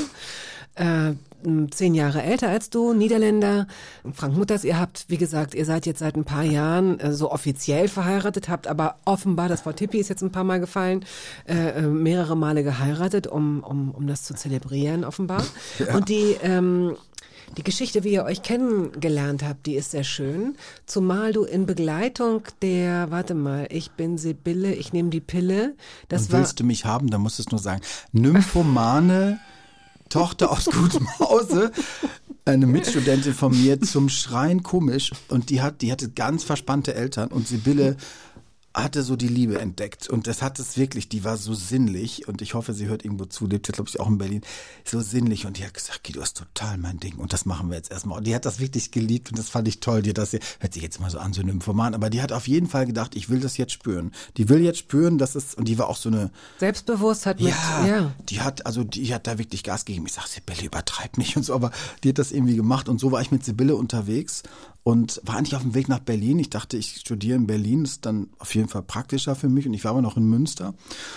Äh, zehn Jahre älter als du, Niederländer. Frank Mutters, ihr habt, wie gesagt, ihr seid jetzt seit ein paar Jahren äh, so offiziell verheiratet, habt aber offenbar, das Wort Hippie ist jetzt ein paar Mal gefallen, äh, äh, mehrere Male geheiratet, um, um, um das zu zelebrieren, offenbar. Ja. Und die, ähm, die Geschichte, wie ihr euch kennengelernt habt, die ist sehr schön. Zumal du in Begleitung der, warte mal, ich bin Sibylle, ich nehme die Pille. Das Und war, willst du mich haben, dann musst du es nur sagen. Nymphomane, Tochter aus gutem Hause, eine Mitstudentin von mir, zum Schreien komisch. Und die hat, die hatte ganz verspannte Eltern und Sibylle hatte so die Liebe entdeckt und das hat es wirklich, die war so sinnlich und ich hoffe, sie hört irgendwo zu, lebt jetzt glaube ich auch in Berlin, so sinnlich und die hat gesagt, Guido, das ist total mein Ding und das machen wir jetzt erstmal. Und die hat das wirklich geliebt und das fand ich toll, die hat das, hört sich jetzt mal so an, so Nymphoman, aber die hat auf jeden Fall gedacht, ich will das jetzt spüren. Die will jetzt spüren, dass es, und die war auch so eine, selbstbewusst hat mit, ja, ja. die hat, also die hat da wirklich Gas gegeben. Ich sag, Sibylle, übertreib nicht und so, aber die hat das irgendwie gemacht und so war ich mit Sibylle unterwegs und war eigentlich auf dem Weg nach Berlin. Ich dachte, ich studiere in Berlin, das ist dann auf jeden Fall praktischer für mich und ich war aber noch in Münster.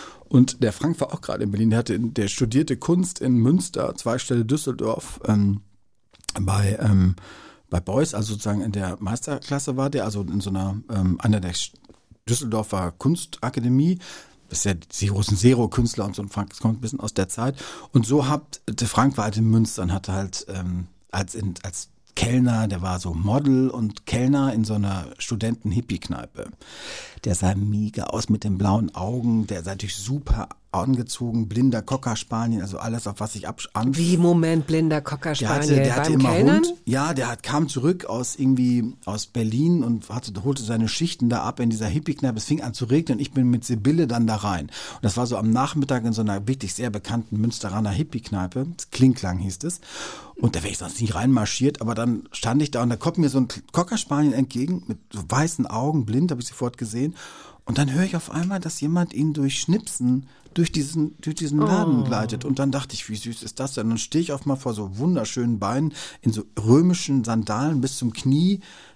Und der Frank war auch gerade in Berlin, der hatte, der studierte Kunst in Münster, Zweigstelle Düsseldorf, ähm, bei, ähm, bei Beuys, also sozusagen in der Meisterklasse war der, also in so einer, ähm, einer der Düsseldorfer Kunstakademie. Das ist ja die großen Zero-Künstler und so, und Frank, das kommt ein bisschen aus der Zeit. Und so hat, der Frank war halt in Münster und hatte halt ähm, als, in, als Kellner, der war so Model und Kellner in so einer Studenten-Hippie-Kneipe. Der sah mega aus mit den blauen Augen, der sah natürlich super angezogen, blinder Cocker-Spaniel, also alles, auf was ich ab... an- Wie, Moment, blinder der hatte, Cocker-Spaniel der hatte beim immer Kellnern? Hund. Ja, der hat, kam zurück aus irgendwie aus Berlin und hatte, holte seine Schichten da ab in dieser Hippie-Kneipe. Es fing an zu regnen und ich bin mit Sibylle dann da rein. Und das war so am Nachmittag in so einer wirklich sehr bekannten Münsteraner Hippie-Kneipe. Klingklang hieß es. Und da wäre ich sonst nicht reinmarschiert, aber dann stand ich da und da kommt mir so ein Cocker-Spaniel entgegen mit so weißen Augen, blind, habe ich sofort gesehen. Und dann höre ich auf einmal, dass jemand ihn durch Schnipsen durch diesen, durch diesen Laden gleitet. Und dann dachte ich, wie süß ist das denn? Und dann stehe ich auf mal vor so wunderschönen Beinen in so römischen Sandalen bis zum Knie.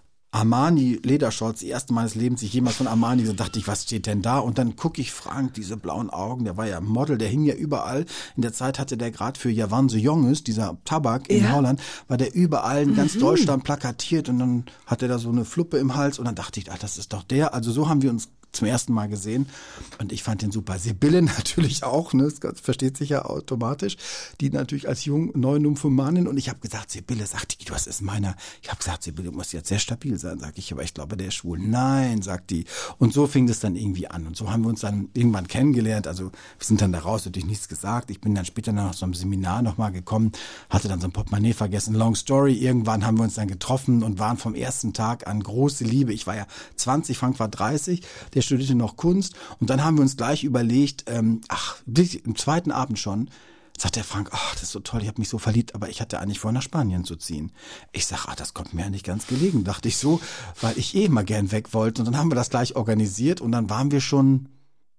Armani Ledershorts, die erste Mal des Lebens, ich jemals von Armani, so dachte ich, was steht denn da? Und dann gucke ich Frank, diese blauen Augen, der war ja Model, der hing ja überall. In der Zeit hatte der gerade für Javan so Jonges, dieser Tabak in Ja. Holland, war der überall in ganz Deutschland plakatiert und dann hatte er da so eine Fluppe im Hals und dann dachte ich, ah, das ist doch der. Also so haben wir uns zum ersten Mal gesehen und ich fand den super. Sibylle natürlich auch, ne, das versteht sich ja automatisch, die natürlich als jung neue Nymphomanin und ich habe gesagt, Sibylle, sagt die, was ist meiner? Ich habe gesagt, Sibylle muss jetzt sehr stabil sein, sag ich, aber ich glaube, der ist schwul. Nein, sagt die. Und so fing das dann irgendwie an und so haben wir uns dann irgendwann kennengelernt, also wir sind dann da raus, natürlich nichts gesagt. Ich bin dann später nach so einem Seminar nochmal gekommen, hatte dann so ein Portemonnaie vergessen, long story, irgendwann haben wir uns dann getroffen und waren vom ersten Tag an große Liebe. Ich war ja zwanzig, Frank war dreißig, der studierte noch Kunst und dann haben wir uns gleich überlegt, ähm, ach, im zweiten Abend schon, sagt der Frank, ach, das ist so toll, ich habe mich so verliebt, aber ich hatte eigentlich vor, nach Spanien zu ziehen. Ich sag, ach, das kommt mir ja nicht ganz gelegen, dachte ich so, weil ich eh mal gern weg wollte und dann haben wir das gleich organisiert und dann waren wir schon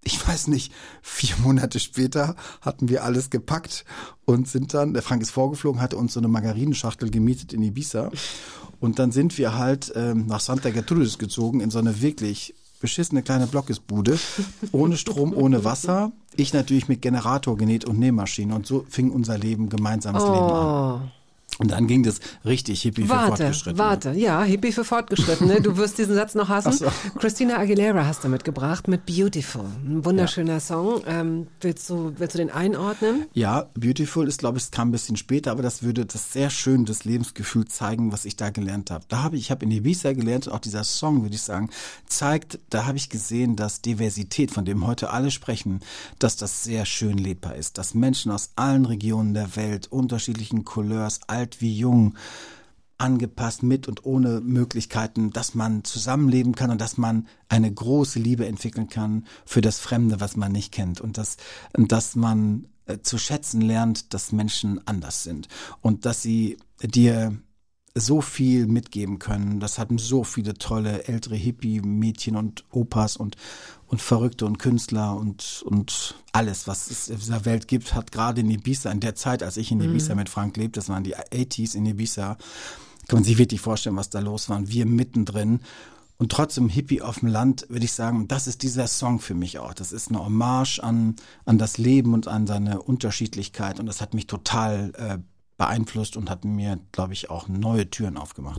ich weiß nicht, vier Monate später hatten wir alles gepackt und sind dann, der Frank ist vorgeflogen, hatte uns so eine Margarinenschachtel gemietet in Ibiza und dann sind wir halt ähm, nach Santa Gertrudis gezogen in so eine wirklich beschissene kleine Blockesbude, ohne Strom, ohne Wasser. Ich natürlich mit Generator genäht und Nähmaschine und so fing unser Leben, gemeinsames Oh. Leben an. Und dann ging das richtig Hippie für Warte, Fortgeschrittene. warte, ja, Hippie für Fortgeschrittene. Du wirst diesen Satz noch hassen. Ach so. Christina Aguilera hast du mitgebracht mit Beautiful. Ein wunderschöner Song. Ähm, willst du, willst du den einordnen? Ja, Beautiful ist, glaube ich, es kam ein bisschen später, aber das würde das sehr schön das Lebensgefühl zeigen, was ich da gelernt habe. Da habe ich, ich habe in Ibiza gelernt und auch dieser Song, würde ich sagen, zeigt, da habe ich gesehen, dass Diversität, von dem heute alle sprechen, dass das sehr schön lebbar ist, dass Menschen aus allen Regionen der Welt, unterschiedlichen Couleurs, alt wie jung, angepasst mit und ohne Möglichkeiten, dass man zusammenleben kann und dass man eine große Liebe entwickeln kann für das Fremde, was man nicht kennt und dass, dass man äh, zu schätzen lernt, dass Menschen anders sind und dass sie dir so viel mitgeben können. Das hatten so viele tolle ältere Hippie-Mädchen und Opas und und Verrückte und Künstler und und alles, was es in dieser Welt gibt, hat gerade in Ibiza, in der Zeit, als ich in Ibiza mhm. mit Frank lebte, das waren die achtziger in Ibiza, kann man sich wirklich vorstellen, was da los war. Und wir mittendrin und trotzdem Hippie auf dem Land, würde ich sagen, das ist dieser Song für mich auch. Das ist eine Hommage an an das Leben und an seine Unterschiedlichkeit und das hat mich total äh, beeinflusst und hat mir, glaube ich, auch neue Türen aufgemacht.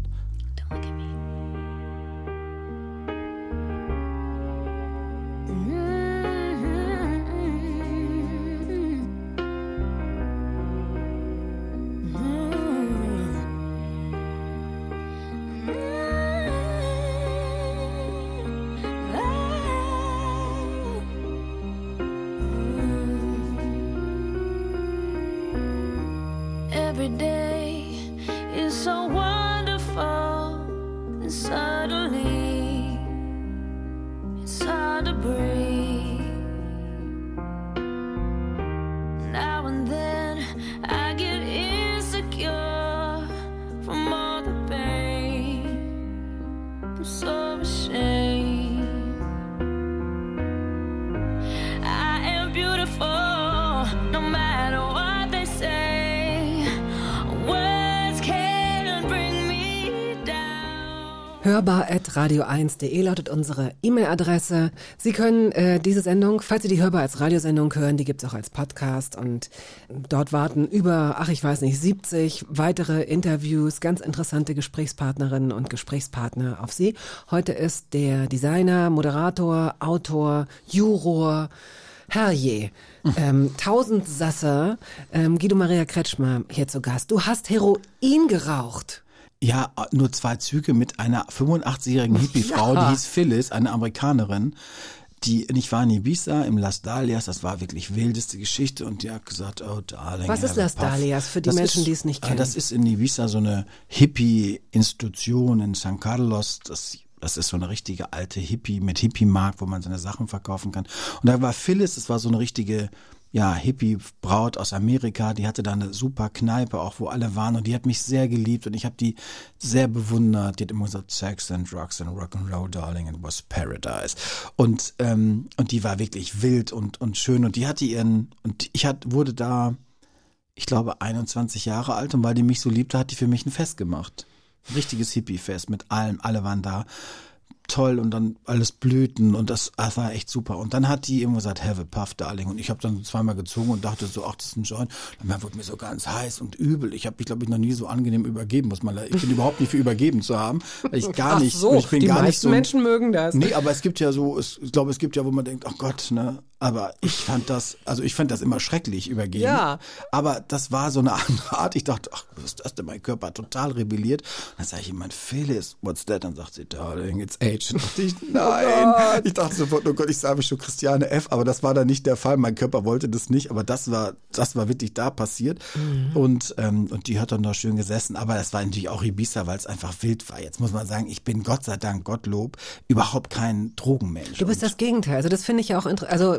Every day is so wonderful, and suddenly it's hard to breathe. Now and then I get insecure from all the pain. I'm so ashamed. I am beautiful, no matter what they say. hörbar at radio eins punkt de lautet unsere E-Mail-Adresse. Sie können äh, diese Sendung, falls Sie die Hörbar als Radiosendung hören, die gibt's auch als Podcast und dort warten über, ach ich weiß nicht, siebzig weitere Interviews, ganz interessante Gesprächspartnerinnen und Gesprächspartner auf Sie. Heute ist der Designer, Moderator, Autor, Juror, Herrje, ähm, Tausendsasser, ähm, Guido Maria Kretschmer hier zu Gast. Du hast Heroin geraucht. Ja, nur zwei Züge mit einer fünfundachtzig-jährigen Hippie-Frau, Ja. die hieß Phyllis, eine Amerikanerin, die, ich war in Ibiza, im Las Dalias, das war wirklich wildeste Geschichte und die hat gesagt, oh darling. Was ist have a Las puff. Dalias für die Das Menschen, ist, die es nicht äh, kennen? Das ist in Ibiza so eine Hippie-Institution in San Carlos, das Das ist so eine richtige alte Hippie mit Hippie-Markt, wo man seine Sachen verkaufen kann. Und da war Phyllis, das war so eine richtige, ja, Hippie-Braut aus Amerika, die hatte da eine super Kneipe, auch wo alle waren und die hat mich sehr geliebt und ich habe die sehr bewundert. Die hat immer gesagt, Sex and Drugs and Rock'n'Roll, darling, it was paradise. Und ähm, und die war wirklich wild und und schön und die hatte ihren, und ich hat, wurde da, ich glaube, einundzwanzig Jahre alt und weil die mich so liebte, hat die für mich ein Fest gemacht. Ein richtiges Hippie-Fest mit allem, alle waren da. Toll und dann alles Blüten und das, das war echt super. Und dann hat die irgendwo gesagt, have a puff, darling. Und ich habe dann zweimal gezogen und dachte so, ach, das ist ein Joint. Und dann wurde mir so ganz heiß und übel. Ich habe mich, glaube ich, noch nie so angenehm übergeben, muss man. Ich bin überhaupt nicht für übergeben zu haben, weil ich gar Ach nicht, so, und ich bin die gar meisten nicht so. Menschen mögen das. Nee, aber es gibt ja so, es, ich glaube, es gibt ja, wo man denkt, oh Gott, ne. Aber ich fand das, also ich fand das immer schrecklich übergeben. Ja. Aber das war so eine andere Art. Ich dachte, ach, was ist das denn? Mein Körper hat total rebelliert. Und dann sage ich jemand, Phyllis, what's that? Dann sagt sie, darling, it's age. Und dachte ich, nein. Oh ich dachte sofort, oh Gott, ich sage mich schon Christiane F. Aber das war dann nicht der Fall. Mein Körper wollte das nicht. Aber das war, das war wirklich da passiert. Mhm. Und, ähm, und die hat dann da schön gesessen. Aber das war natürlich auch Ibiza, weil es einfach wild war. Jetzt muss man sagen, ich bin Gott sei Dank, Gottlob, überhaupt kein Drogenmensch. Du bist Und das Gegenteil. Also das finde ich ja auch interessant. Also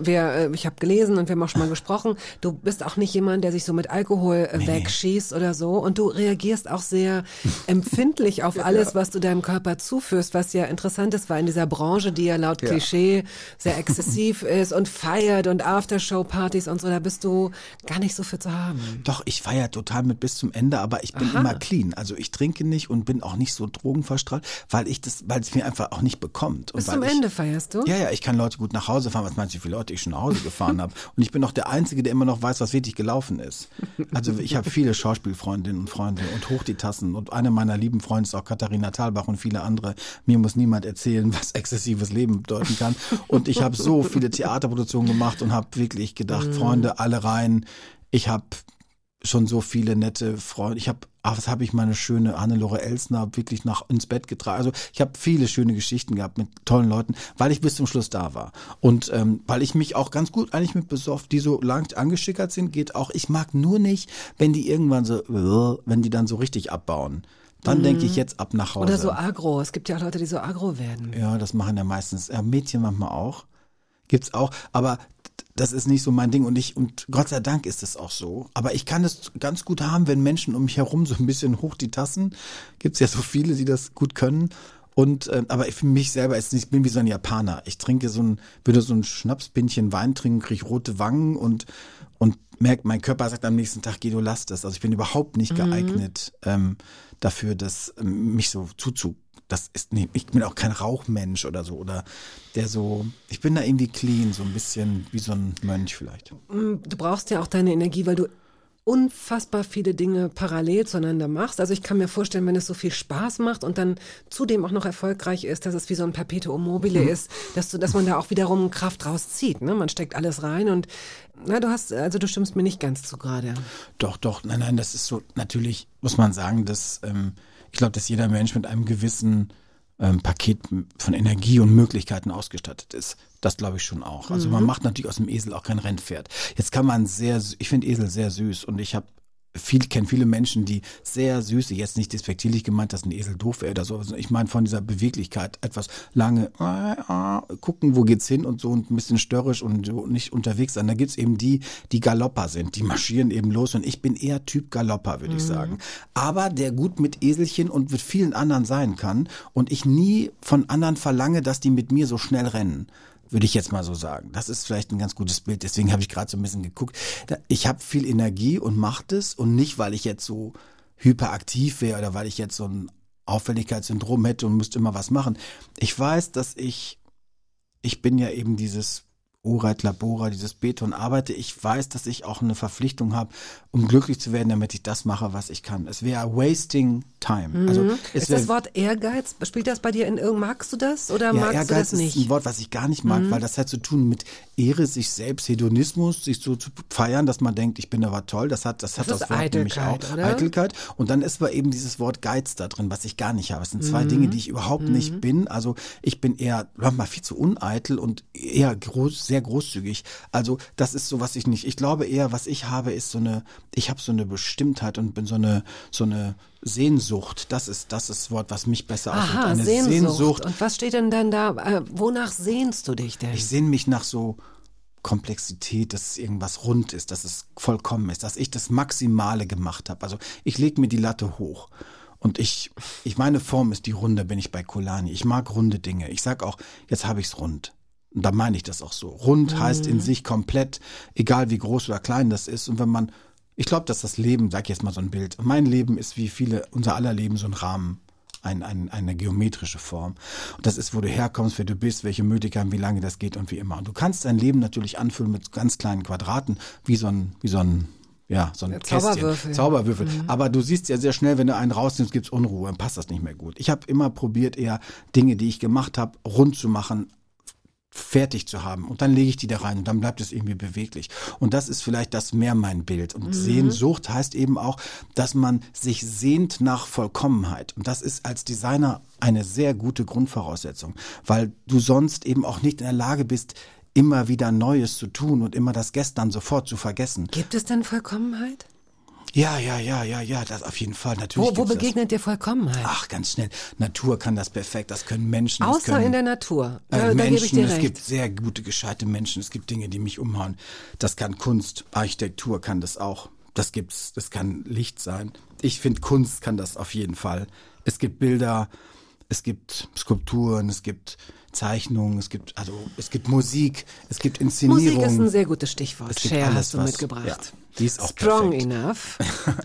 wir, äh, ich habe gelesen und wir haben auch schon mal gesprochen, du bist auch nicht jemand, der sich so mit Alkohol äh, wegschießt oder so und du reagierst auch sehr empfindlich auf alles, was du deinem Körper zuführst, was ja interessant ist, weil in dieser Branche, die ja laut Ja. Klischee sehr exzessiv ist und feiert und Aftershow-Partys und so, da bist du gar nicht so für zu haben. Doch, ich feiere total mit bis zum Ende, aber ich bin Aha. immer clean. Also ich trinke nicht und bin auch nicht so drogenverstrahlt, weil ich das, weil es mir einfach auch nicht bekommt. Und Bis weil zum ich, Ende feierst du? Ja, ja, ich kann Leute gut nach Hause fahren. Was meinst du, wie viele Leute ich schon nach Hause gefahren habe? Und ich bin auch der Einzige, der immer noch weiß, was wirklich gelaufen ist. Also ich habe viele Schauspielfreundinnen und Freunde und hoch die Tassen. Und eine meiner lieben Freunde ist auch Katharina Thalbach und viele andere. Mir muss niemand erzählen, was exzessives Leben bedeuten kann. Und ich habe so viele Theaterproduktionen gemacht und habe wirklich gedacht, Freunde, alle rein. Ich habe schon so viele nette Freunde. Ich habe, ach, was habe ich meine schöne Hannelore Elsner wirklich nach ins Bett getragen. Also ich habe viele schöne Geschichten gehabt mit tollen Leuten, weil ich bis zum Schluss da war. Und ähm, weil ich mich auch ganz gut eigentlich mit besoffen, die so lang angeschickert sind, geht auch. Ich mag nur nicht, wenn die irgendwann so, wenn die dann so richtig abbauen. Dann denke ich jetzt ab nach Hause. Oder so agro. Es gibt ja auch Leute, die so agro werden. Ja, das machen ja meistens ja, Mädchen manchmal auch. Gibt's auch, aber das ist nicht so mein Ding und ich, und Gott sei Dank ist es auch so. Aber ich kann es ganz gut haben, wenn Menschen um mich herum so ein bisschen hoch die Tassen. Gibt's ja so viele, die das gut können. Und, äh, aber für mich selber ist nicht, ich bin wie so ein Japaner. Ich trinke so ein, würde so ein Schnapspinchen Wein trinken, kriege rote Wangen und, und merke, mein Körper sagt am nächsten Tag, Guido, lass das. Also ich bin überhaupt nicht geeignet, ähm, dafür, dass, ähm, mich so zuzu Das ist, nee, ich bin auch kein Rauchmensch oder so, oder der so, ich bin da irgendwie clean, so ein bisschen wie so ein Mönch vielleicht. Du brauchst ja auch deine Energie, weil du unfassbar viele Dinge parallel zueinander machst. Also ich kann mir vorstellen, wenn es so viel Spaß macht und dann zudem auch noch erfolgreich ist, dass es wie so ein Perpetuum mobile Mhm. ist, dass du, dass man da auch wiederum Kraft rauszieht. Ne? Man steckt alles rein und na, du hast, also du stimmst mir nicht ganz zu gerade. Doch, doch, nein, nein, das ist so, natürlich muss man sagen, dass, ähm, ich glaube, dass jeder Mensch mit einem gewissen ähm, Paket von Energie und Möglichkeiten ausgestattet ist. Das glaube ich schon auch. Also man macht natürlich aus dem Esel auch kein Rennpferd. Jetzt kann man sehr, ich finde Esel sehr süß und ich habe viel, kenne viele Menschen, die sehr süße, jetzt nicht despektierlich gemeint, dass ein Esel doof wäre oder so. Also ich meine von dieser Beweglichkeit, etwas lange äh, äh, gucken, wo geht's hin und so und ein bisschen störrisch und so nicht unterwegs sein. Da gibt's eben die, die Galopper sind, die marschieren eben los und ich bin eher Typ Galopper, würde ich sagen. Aber der gut mit Eselchen und mit vielen anderen sein kann und ich nie von anderen verlange, dass die mit mir so schnell rennen. Würde ich jetzt mal so sagen. Das ist vielleicht ein ganz gutes Bild. Deswegen habe ich gerade so ein bisschen geguckt. Ich habe viel Energie und mache das. Und nicht, weil ich jetzt so hyperaktiv wäre oder weil ich jetzt so ein Auffälligkeitssyndrom hätte und müsste immer was machen. Ich weiß, dass ich, ich bin ja eben dieses Oreit Labora, dieses Beton arbeite. Ich weiß, dass ich auch eine Verpflichtung habe, um glücklich zu werden, damit ich das mache, was ich kann. Es wäre wasting time. Also es Ist wär, das Wort Ehrgeiz, spielt das bei dir in irgend, magst du das oder ja, magst Ehrgeiz du das ist nicht? ein Wort, was ich gar nicht mag, weil das hat zu tun mit Ehre, sich selbst, Hedonismus, sich so zu feiern, dass man denkt, ich bin aber toll. Das hat das, Das hat das ist Wort nämlich auch. Eitelkeit, oder? Eitelkeit. Und dann ist aber eben dieses Wort Geiz da drin, was ich gar nicht habe. Es sind zwei Dinge, die ich überhaupt nicht bin. Also ich bin eher manchmal viel zu uneitel und eher groß, sehr großzügig. Also das ist so, was ich nicht. Ich glaube eher, was ich habe, ist so eine, ich habe so eine Bestimmtheit und bin so eine, so eine Sehnsucht. Das ist das ist das Wort, was mich besser ausdrückt. Aha, Eine Sehnsucht. Sehnsucht. Und was steht denn dann da? Äh, wonach sehnst du dich denn? Ich sehne mich nach so Komplexität, dass es irgendwas rund ist, dass es vollkommen ist, dass ich das Maximale gemacht habe. Also ich lege mir die Latte hoch. Und ich, ich meine Form ist die Runde, bin ich bei Kolani. Ich mag runde Dinge. Ich sag auch, jetzt habe ich's rund. Und da meine ich das auch so. Rund mhm. heißt in sich komplett, egal wie groß oder klein das ist. Und wenn man, ich glaube, dass das Leben, sag ich jetzt mal so ein Bild, mein Leben ist wie viele, unser aller Leben so ein Rahmen. Ein, ein, eine geometrische Form. Und das ist, wo du herkommst, wer du bist, welche Möglichkeiten, wie lange das geht und wie immer. Und du kannst dein Leben natürlich anfüllen mit ganz kleinen Quadraten, wie so ein, wie so ein, ja, so ein Ja, Kästchen. Zauberwürfel. Zauberwürfel. Mhm. Aber du siehst ja sehr schnell, wenn du einen rausnimmst, gibt's Unruhe, dann passt das nicht mehr gut. Ich habe immer probiert, eher Dinge, die ich gemacht habe, rund zu machen, fertig zu haben und dann lege ich die da rein und dann bleibt es irgendwie beweglich. Und das ist vielleicht das mehr mein Bild. Und mhm. Sehnsucht heißt eben auch, dass man sich sehnt nach Vollkommenheit. Und das ist als Designer eine sehr gute Grundvoraussetzung, weil du sonst eben auch nicht in der Lage bist, immer wieder Neues zu tun und immer das Gestern sofort zu vergessen. Gibt es denn Vollkommenheit? Ja, ja, ja, ja, ja, das auf jeden Fall. Natürlich Wo, wo gibt's begegnet dir Vollkommenheit? das. Ach, ganz schnell. Natur kann das perfekt, das können Menschen. das Außer können, in der Natur. Äh, Da, da gebe ich Menschen, dir es recht. gibt sehr gute, gescheite Menschen, es gibt Dinge, die mich umhauen. Das kann Kunst, Architektur kann das auch. Das gibt's, das kann Licht sein. Ich finde, Kunst kann das auf jeden Fall. Es gibt Bilder, es gibt Skulpturen, es gibt Zeichnungen, es gibt, also, es gibt Musik, es gibt Inszenierung. Musik ist ein sehr gutes Stichwort. Es gibt Cher alles, hast du was- mitgebracht. ja, die ist auch Strong perfekt. enough.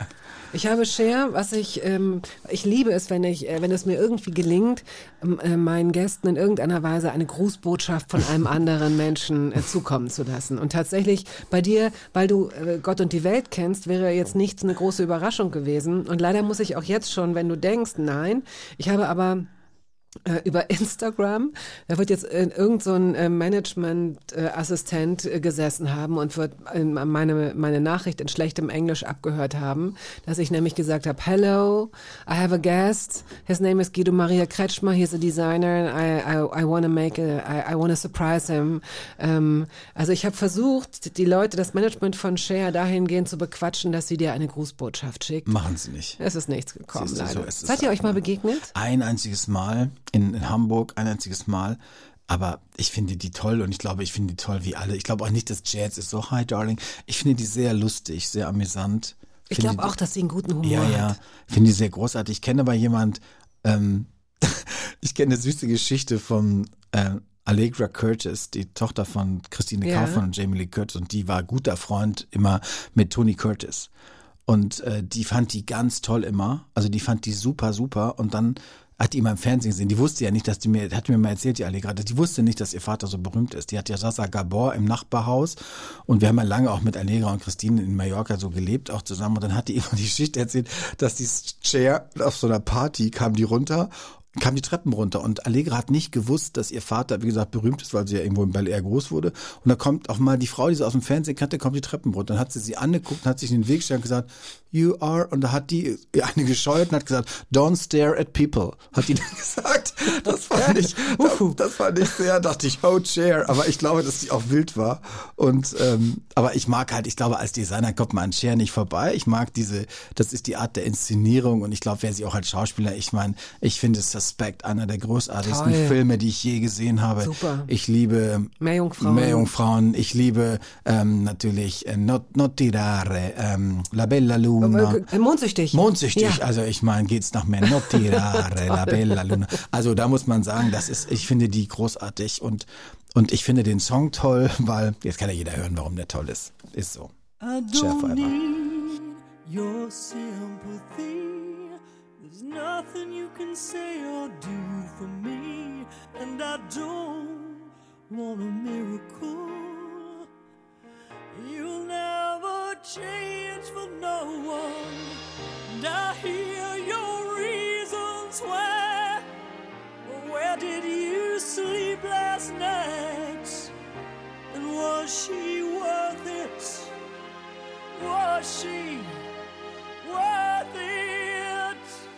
Ich habe Cher, was ich, ähm, ich liebe es, wenn ich, äh, wenn es mir irgendwie gelingt, ähm, äh, meinen Gästen in irgendeiner Weise eine Grußbotschaft von einem anderen Menschen äh, zukommen zu lassen. Und tatsächlich bei dir, weil du äh, Gott und die Welt kennst, wäre jetzt nichts eine große Überraschung gewesen. Und leider muss ich auch jetzt schon, wenn du denkst, nein, ich habe aber äh, über Instagram, da wird jetzt äh, irgend so ein äh, Management-Assistent äh, gesessen haben und wird äh, meine, meine Nachricht in schlechtem Englisch abgehört haben, dass ich nämlich gesagt habe, hello, I have a guest, his name is Guido Maria Kretschmer, he's a designer, and I, I, I want to make a, I, I want to surprise him. Ähm, also ich habe versucht, die Leute, das Management von Cher dahingehend zu bequatschen, dass sie dir eine Grußbotschaft schickt. Machen sie nicht. Es ist nichts gekommen, Siehst du, so leider. ist es Seid ihr euch mal einfach. begegnet? Ein einziges Mal in, in Hamburg, ein einziges Mal. Aber ich finde die toll und ich glaube, ich finde die toll wie alle. Ich glaube auch nicht, dass Jazz ist so, hi darling. Ich finde die sehr lustig, sehr amüsant. Ich Finde glaube die- auch, dass sie einen guten Humor Ja, ja, hat. finde die sehr großartig. Ich kenne aber jemand, ähm, ich kenne eine süße Geschichte von äh, Allegra Curtis, die Tochter von Christine Ja. Kaufmann und Jamie Lee Curtis, und die war guter Freund immer mit Tony Curtis. Und äh, die fand die ganz toll immer. Also die fand die super, super. Und dann hat die immer im Fernsehen gesehen. Die wusste ja nicht, dass die mir, hat mir mal erzählt, die Allegra, die wusste nicht, dass ihr Vater so berühmt ist. Die hat ja Sasa Gabor im Nachbarhaus. Und wir haben ja lange auch mit Allegra und Christine in Mallorca so gelebt, auch zusammen. Und dann hat die immer die Geschichte erzählt, dass die Cher auf so einer Party kam die runter, kam die Treppen runter, und Allegra hat nicht gewusst, dass ihr Vater, wie gesagt, berühmt ist, weil sie ja irgendwo in Bel Air groß wurde. Und da kommt auch mal die Frau, die sie aus dem Fernsehen kannte, kommt die Treppen runter. Dann hat sie sie angeguckt und hat sich in den Weg gestellt und gesagt, you are, und da hat die eine gescheuert und hat gesagt, don't stare at people, hat die dann gesagt. Das fand ich, das, das fand ich sehr, dachte ich, oh Cher, aber ich glaube, dass die auch wild war. Und, ähm, aber ich mag halt, ich glaube, als Designer kommt man an Cher nicht vorbei. Ich mag diese, das ist die Art der Inszenierung, und ich glaube, wer sie auch als Schauspieler, ich meine, ich finde Suspect einer der großartigsten Toll. Filme, die ich je gesehen habe. Super. Ich liebe Meerjungfrauen. Meerjungfrauen. Ich liebe ähm, natürlich äh, Not, Not Tirare, ähm, La Bella Luna. Äh, Mondsüchtig. Mondsüchtig, Ja. also ich meine, geht's nach mehr. Not Tirare, La Bella Luna. Also da muss man sagen, das ist, ich finde die großartig, und und ich finde den Song toll, weil jetzt kann ja jeder hören, warum der toll ist. Ist so. I Cher don't forever. need your sympathy. There's nothing you can say or do for me, and I don't want a miracle. You'll never change for no one, and I hear your reasons why. Where did you sleep last night? And was she worth it? Was she worth it?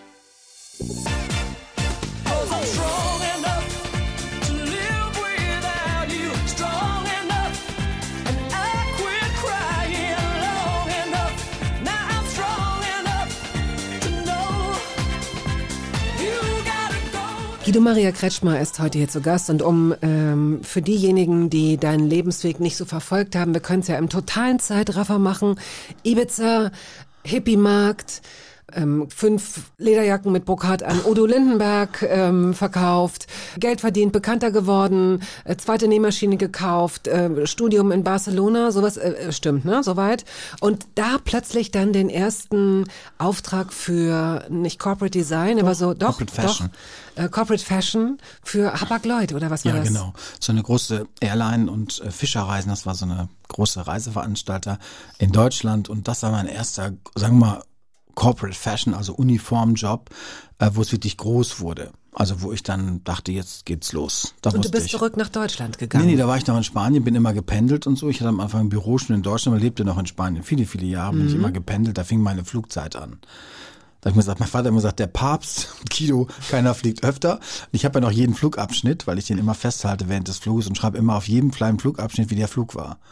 'Cause I'm strong enough to live without you, strong enough, and I quit crying long enough. Now I'm strong enough to know you gotta go. Guido Maria Kretschmer ist heute hier zu Gast, und um ähm, für diejenigen, die deinen Lebensweg nicht so verfolgt haben, wir können es ja im totalen Zeitraffer machen. Ibiza, Hippie-Markt, ähm, fünf Lederjacken mit Brokat an Udo Lindenberg ähm, verkauft, Geld verdient, bekannter geworden, äh, zweite Nähmaschine gekauft, äh, Studium in Barcelona, sowas äh, stimmt, ne, soweit. Und da plötzlich dann den ersten Auftrag für, nicht Corporate Design, aber so, doch, Corporate Fashion. doch, äh, Corporate Fashion für Hapag-Lloyd, oder was war Ja, das? genau. So eine große Airline und äh, Fischerreisen, das war so eine große Reiseveranstalter in Deutschland, und das war mein erster, sagen wir mal, Corporate Fashion, also Uniformjob, äh, wo es wirklich groß wurde. Also wo ich dann dachte, jetzt geht's los. Da Und du wusste bist ich. zurück nach Deutschland Nee, gegangen. nee, da war ich noch in Spanien, bin immer gependelt und so. Ich hatte am Anfang ein Büro schon in Deutschland, aber lebte noch in Spanien. Viele, viele Jahre bin ich immer gependelt, da fing meine Flugzeit an. Da hab ich mir gesagt, mein Vater hat immer gesagt, der Papst, Guido, keiner fliegt öfter. Und ich habe ja noch jeden Flugabschnitt, weil ich den immer festhalte während des Fluges, und schreibe immer auf jedem kleinen Flugabschnitt, wie der Flug war.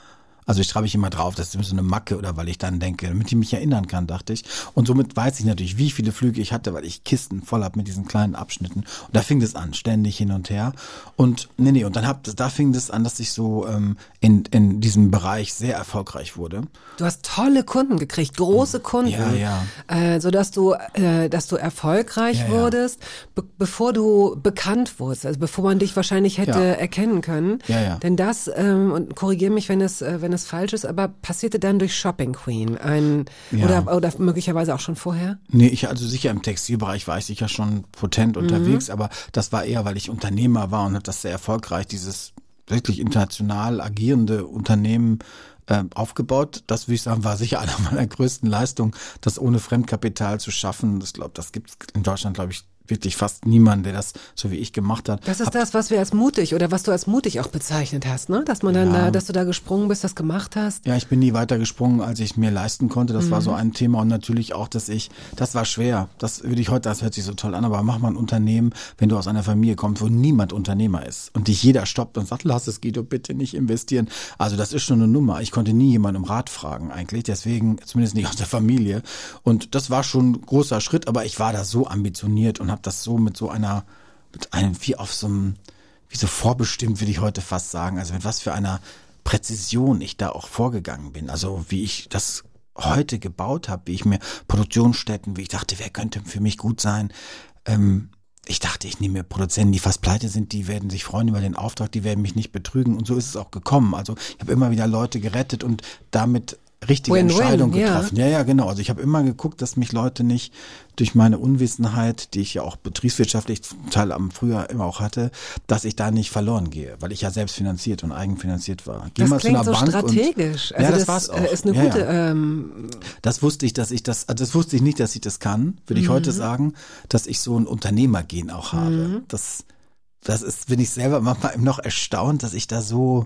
Also ich schreibe ich immer drauf, das ist so eine Macke oder weil ich dann denke, damit ich mich erinnern kann, dachte ich. Und somit weiß ich natürlich, wie viele Flüge ich hatte, weil ich Kisten voll hab mit diesen kleinen Abschnitten. Und da fing das an, ständig hin und her. Und nee, nee, und dann hab, da fing das an, dass ich so ähm, in, in diesem Bereich sehr erfolgreich wurde. Du hast tolle Kunden gekriegt, große Kunden, Ja, ja. Äh, sodass du, äh, dass du erfolgreich Ja, ja. wurdest, be- bevor du bekannt wurdest, also bevor man dich wahrscheinlich hätte Ja. erkennen können. Ja, ja. Denn das, ähm, und korrigiere mich, wenn es, äh, wenn es falsch ist, aber passierte dann durch Shopping Queen, ein Ja. oder oder möglicherweise auch schon vorher. Nee, ich, also sicher im Textilbereich war ich sicher schon potent unterwegs, aber das war eher, weil ich Unternehmer war und habe das sehr erfolgreich, dieses wirklich international agierende Unternehmen äh, aufgebaut. Das, würde ich sagen, war sicher einer meiner größten Leistungen, das ohne Fremdkapital zu schaffen. Das glaube, das gibt es in Deutschland, glaube ich, wirklich fast niemand, der das so wie ich gemacht hat. Das ist Hab- das, was wir als mutig oder was du als mutig auch bezeichnet hast, ne? Dass man dann, Ja. da, dass du da gesprungen bist, das gemacht hast. Ja, ich bin nie weiter gesprungen, als ich mir leisten konnte. Das war so ein Thema und natürlich auch, dass ich, das war schwer. Das würde ich heute, das hört sich so toll an, aber mach mal ein Unternehmen, wenn du aus einer Familie kommst, wo niemand Unternehmer ist und dich jeder stoppt und sagt, lass es, Guido, bitte nicht investieren. Also das ist schon eine Nummer. Ich konnte nie jemanden um Rat fragen eigentlich, deswegen zumindest nicht aus der Familie. Und das war schon ein großer Schritt, aber ich war da so ambitioniert und habe das so mit so einer, mit einem, wie auf so einem, wie so vorbestimmt, würde ich heute fast sagen. Also mit was für einer Präzision ich da auch vorgegangen bin. Also wie ich das heute gebaut habe, wie ich mir Produktionsstätten, wie ich dachte, wer könnte für mich gut sein. Ähm, ich dachte, ich nehme mir Produzenten, die fast pleite sind, die werden sich freuen über den Auftrag, die werden mich nicht betrügen. Und so ist es auch gekommen. Also ich habe immer wieder Leute gerettet und damit richtige Win-win, Entscheidung ja. getroffen. Ja, ja, genau. Also ich habe immer geguckt, dass mich Leute nicht durch meine Unwissenheit, die ich ja auch betriebswirtschaftlich zum Teil am Frühjahr immer auch hatte, dass ich da nicht verloren gehe, weil ich ja selbst finanziert und eigenfinanziert war. Geh Das mal zu klingt einer so Bank strategisch. Und, Also ja, das, das war's auch. äh, ist eine ja, gute. Ja. Ähm, Das wusste ich, dass ich das, also das wusste ich nicht, dass ich das kann, würde ich heute sagen, dass ich so ein Unternehmergehen auch habe. Das, das ist, bin ich selber manchmal noch erstaunt, dass ich da so,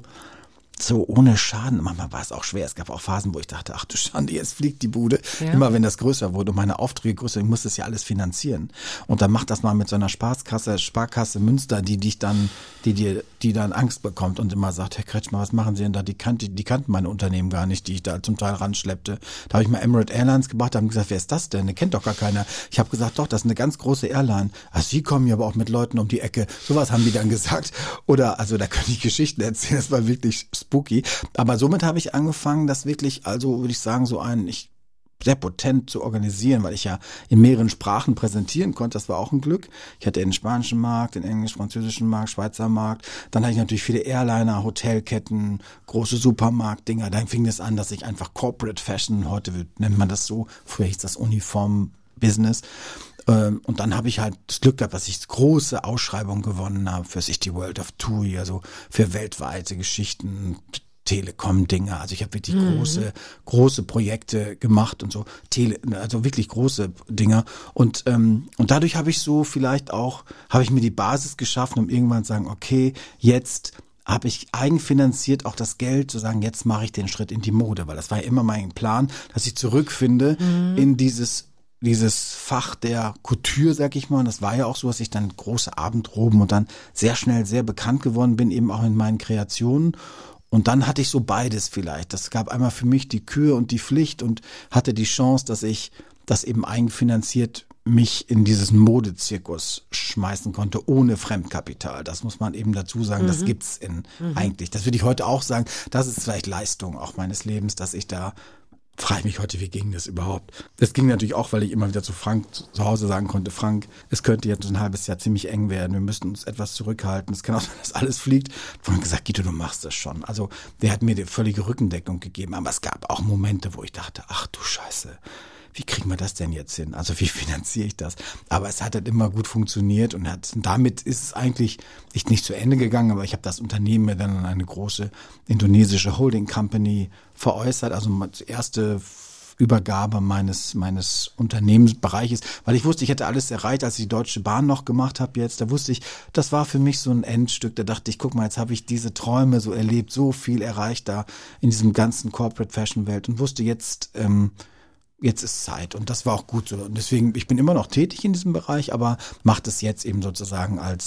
so ohne Schaden, manchmal war es auch schwer. Es gab auch Phasen, wo ich dachte, ach du Schande, jetzt fliegt die Bude. Ja. Immer wenn das größer wurde und meine Aufträge größer, ich musste das ja alles finanzieren. Und dann macht das mal mit so einer Sparkasse, Sparkasse Münster, die dich dann, die dir, die dann Angst bekommt und immer sagt, Herr Kretschmer, was machen Sie denn da? Die kannte, die kannten meine Unternehmen gar nicht, die ich da zum Teil ranschleppte. Da habe ich mal Emirates Airlines gebracht, da haben die gesagt, wer ist das denn? Der kennt doch gar keiner. Ich habe gesagt, doch, das ist eine ganz große Airline. Ach, Sie kommen ja aber auch mit Leuten um die Ecke. Sowas haben die dann gesagt. Oder, also da könnte ich Geschichten erzählen, das war wirklich spooky. Aber somit habe ich angefangen, das wirklich, also würde ich sagen, so ein, ich sehr potent zu organisieren, weil ich ja in mehreren Sprachen präsentieren konnte. Das war auch ein Glück. Ich hatte den spanischen Markt, den englisch-französischen Markt, Schweizer Markt. Dann hatte ich natürlich viele Airliner, Hotelketten, große Supermarktdinger. Dann fing es an, dass ich einfach Corporate Fashion, heute nennt man das so, früher hieß das Uniform-Business. Und dann habe ich halt das Glück gehabt, dass ich große Ausschreibungen gewonnen habe für sich die World of TUI, also für weltweite Geschichten, Telekom-Dinger. Also ich habe wirklich mhm. große, große Projekte gemacht und so, Tele, also wirklich große Dinger. Und ähm, und dadurch habe ich so vielleicht auch, habe ich mir die Basis geschaffen, um irgendwann zu sagen, okay, jetzt habe ich eigenfinanziert auch das Geld zu sagen, jetzt mache ich den Schritt in die Mode, weil das war ja immer mein Plan, dass ich zurückfinde mhm. in dieses dieses Fach der Couture, sag ich mal. Und das war ja auch so, dass ich dann große Abendroben und dann sehr schnell sehr bekannt geworden bin, eben auch in meinen Kreationen. Und dann hatte ich so beides vielleicht. Das gab einmal für mich die Kür und die Pflicht und hatte die Chance, dass ich das eben eigenfinanziert mich in diesen Modezirkus schmeißen konnte, ohne Fremdkapital. Das muss man eben dazu sagen, mhm. das gibt's in mhm. eigentlich. Das würde ich heute auch sagen. Das ist vielleicht Leistung auch meines Lebens, dass ich da, frage ich mich heute, wie ging das überhaupt? Das ging natürlich auch, weil ich immer wieder zu Frank zu Hause sagen konnte, Frank, es könnte jetzt ein halbes Jahr ziemlich eng werden, wir müssten uns etwas zurückhalten, es kann auch sein, dass alles fliegt. Frank hat gesagt, Guido, du machst das schon. Also der hat mir die völlige Rückendeckung gegeben, aber es gab auch Momente, wo ich dachte, ach du Scheiße, wie kriegen wir das denn jetzt hin? Also wie finanziere ich das? Aber es hat halt immer gut funktioniert und hat, damit ist es eigentlich nicht, nicht zu Ende gegangen, aber ich habe das Unternehmen mir dann an eine große indonesische Holding Company veräußert, also die erste Übergabe meines meines Unternehmensbereiches, weil ich wusste, ich hätte alles erreicht, als ich die Deutsche Bahn noch gemacht habe jetzt, da wusste ich, das war für mich so ein Endstück, da dachte ich, guck mal, jetzt habe ich diese Träume so erlebt, so viel erreicht da in diesem ganzen Corporate Fashion Welt und wusste jetzt, ähm, jetzt ist Zeit und das war auch gut so und deswegen, ich bin immer noch tätig in diesem Bereich, aber mache das jetzt eben sozusagen als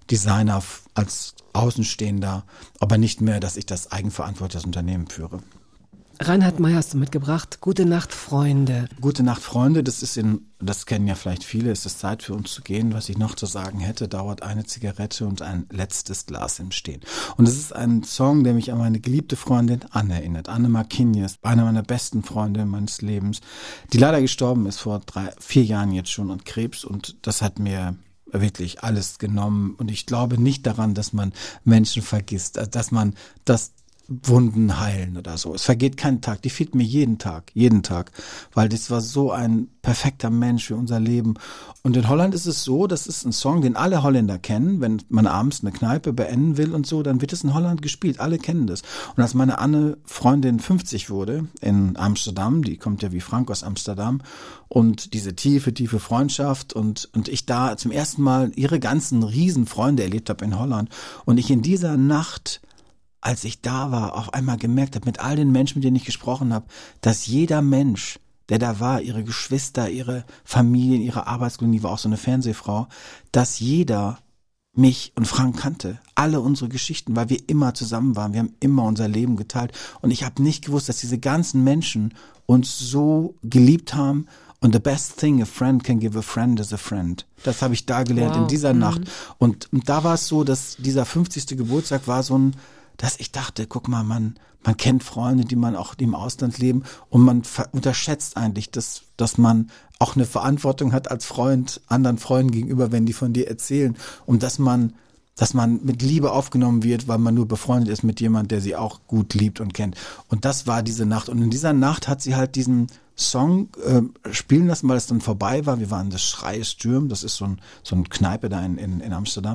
Designer, f- als Außenstehender, aber nicht mehr, dass ich das eigenverantwortlich das Unternehmen führe. Reinhard May hast du mitgebracht. Gute Nacht, Freunde. Gute Nacht, Freunde. Das ist in, das kennen ja vielleicht viele. Es ist Zeit für uns zu gehen. Was ich noch zu sagen hätte, dauert eine Zigarette und ein letztes Glas im Stehen. Und es ist ein Song, der mich an meine geliebte Freundin Anne erinnert. Anne Marquinhos, eine meiner besten Freunde meines Lebens, die leider gestorben ist vor drei, vier Jahren jetzt schon an Krebs. Und das hat mir wirklich alles genommen. Und ich glaube nicht daran, dass man Menschen vergisst, dass man das Wunden heilen oder so. Es vergeht kein Tag. Die fehlt mir jeden Tag, jeden Tag, weil das war so ein perfekter Mensch für unser Leben. Und in Holland ist es so, das ist ein Song, den alle Holländer kennen. Wenn man abends eine Kneipe beenden will und so, dann wird es in Holland gespielt. Alle kennen das. Und als meine Anne Freundin fünfzig wurde in Amsterdam, die kommt ja wie Frank aus Amsterdam, und diese tiefe, tiefe Freundschaft und, und ich da zum ersten Mal ihre ganzen Riesenfreunde erlebt habe in Holland und ich in dieser Nacht, als ich da war, auf einmal gemerkt habe, mit all den Menschen, mit denen ich gesprochen habe, dass jeder Mensch, der da war, ihre Geschwister, ihre Familien, ihre Arbeitskollegen, die war auch so eine Fernsehfrau, dass jeder mich und Frank kannte. Alle unsere Geschichten, weil wir immer zusammen waren. Wir haben immer unser Leben geteilt. Und ich habe nicht gewusst, dass diese ganzen Menschen uns so geliebt haben. Und the best thing a friend can give a friend is a friend. Das habe ich da gelernt Wow. in dieser Mhm. Nacht. Und, und da war es so, dass dieser fünfzigste Geburtstag war so ein, dass ich dachte, guck mal, man, man kennt Freunde, die man auch die im Ausland leben und man ver- unterschätzt eigentlich, dass, dass man auch eine Verantwortung hat als Freund anderen Freunden gegenüber, wenn die von dir erzählen und dass man, dass man mit Liebe aufgenommen wird, weil man nur befreundet ist mit jemand, der sie auch gut liebt und kennt. Und das war diese Nacht. Und in dieser Nacht hat sie halt diesen Song äh, spielen lassen, weil es dann vorbei war. Wir waren das Schreiestürm, das ist so ein, so ein Kneipe da in, in, in Amsterdam.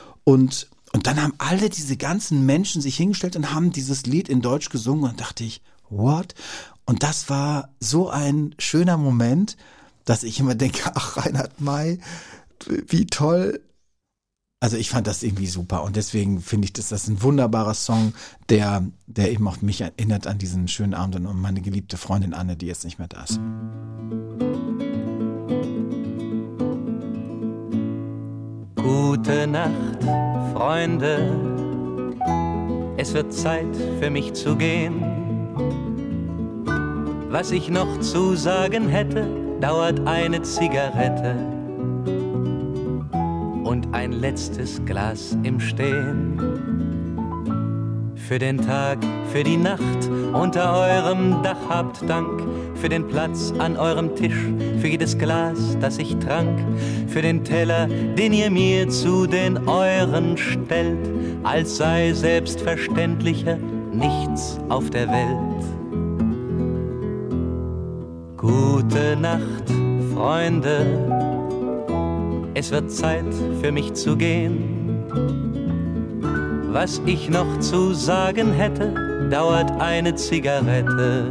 Und Und dann haben alle diese ganzen Menschen sich hingestellt und haben dieses Lied in Deutsch gesungen und dachte ich, what? Und das war so ein schöner Moment, dass ich immer denke, ach, Reinhard May, wie toll. Also ich fand das irgendwie super und deswegen finde ich, dass das ein wunderbarer Song, der, der eben auch mich erinnert an diesen schönen Abend und an meine geliebte Freundin Anne, die jetzt nicht mehr da ist. Gute Nacht, Freunde, es wird Zeit für mich zu gehen. Was ich noch zu sagen hätte, dauert eine Zigarette und ein letztes Glas im Stehen. Für den Tag, für die Nacht unter eurem Dach habt Dank, für den Platz an eurem Tisch, für jedes Glas, das ich trank, für den Teller, den ihr mir zu den euren stellt, als sei selbstverständlicher nichts auf der Welt. Gute Nacht, Freunde, es wird Zeit für mich zu gehen. Was ich noch zu sagen hätte, dauert eine Zigarette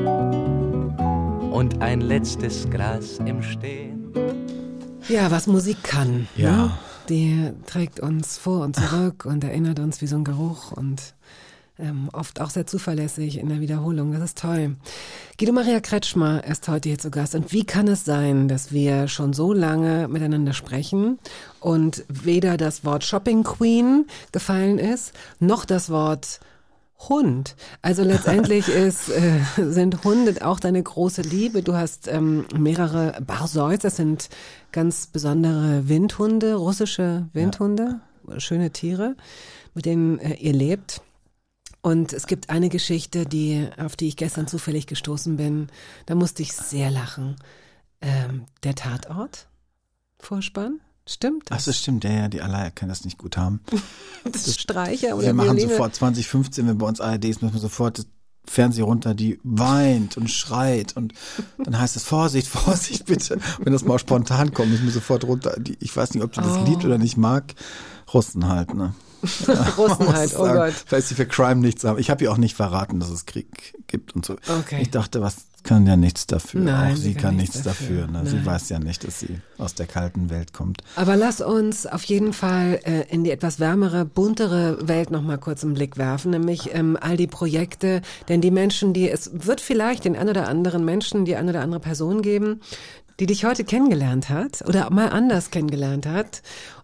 und ein letztes Glas im Stehen. Ja, was Musik kann. Ja. Ne? Die trägt uns vor und zurück und erinnert uns wie so ein Geruch und ähm, oft auch sehr zuverlässig in der Wiederholung. Das ist toll. Guido Maria Kretschmer ist heute hier zu Gast. Und wie kann es sein, dass wir schon so lange miteinander sprechen und weder das Wort Shopping Queen gefallen ist, noch das Wort Hund. Also letztendlich ist, äh, sind Hunde auch deine große Liebe. Du hast ähm, mehrere Barzois, das sind ganz besondere Windhunde, russische Windhunde, ja. Schöne Tiere, mit denen äh, ihr lebt. Und es gibt eine Geschichte, die, auf die ich gestern zufällig gestoßen bin. Da musste ich sehr lachen. Ähm, der Tatort, Vorspann, stimmt Ach, das? das stimmt, ja, ja, die Alaya können das nicht gut haben. Das ist Streicher oder Wir machen Violine. sofort zwanzig fünfzehn, wenn bei uns A R D ist, müssen wir sofort das Fernsehen runter, die weint und schreit und dann heißt es Vorsicht, Vorsicht bitte. Wenn das mal spontan kommt, müssen wir sofort runter. Die, ich weiß nicht, ob du das Oh. liebt oder nicht mag. Russen halt, ne? Russen Man halt, muss oh sagen, Gott. Vielleicht sie für Crime nichts haben. Ich habe ihr auch nicht verraten, dass es Krieg gibt und so. Okay. Ich dachte, was kann ja nichts dafür. Nein, auch sie sie kann kann nichts nichts dafür. dafür. Ne? Sie Nein. weiß ja nicht, dass sie aus der kalten Welt kommt. Aber lass uns auf jeden Fall äh, in die etwas wärmere, buntere Welt noch mal kurz einen Blick werfen, nämlich ähm, all die Projekte, denn die Menschen, die, es wird vielleicht den ein oder anderen Menschen, die eine oder andere Person geben, die dich heute kennengelernt hat oder mal anders kennengelernt hat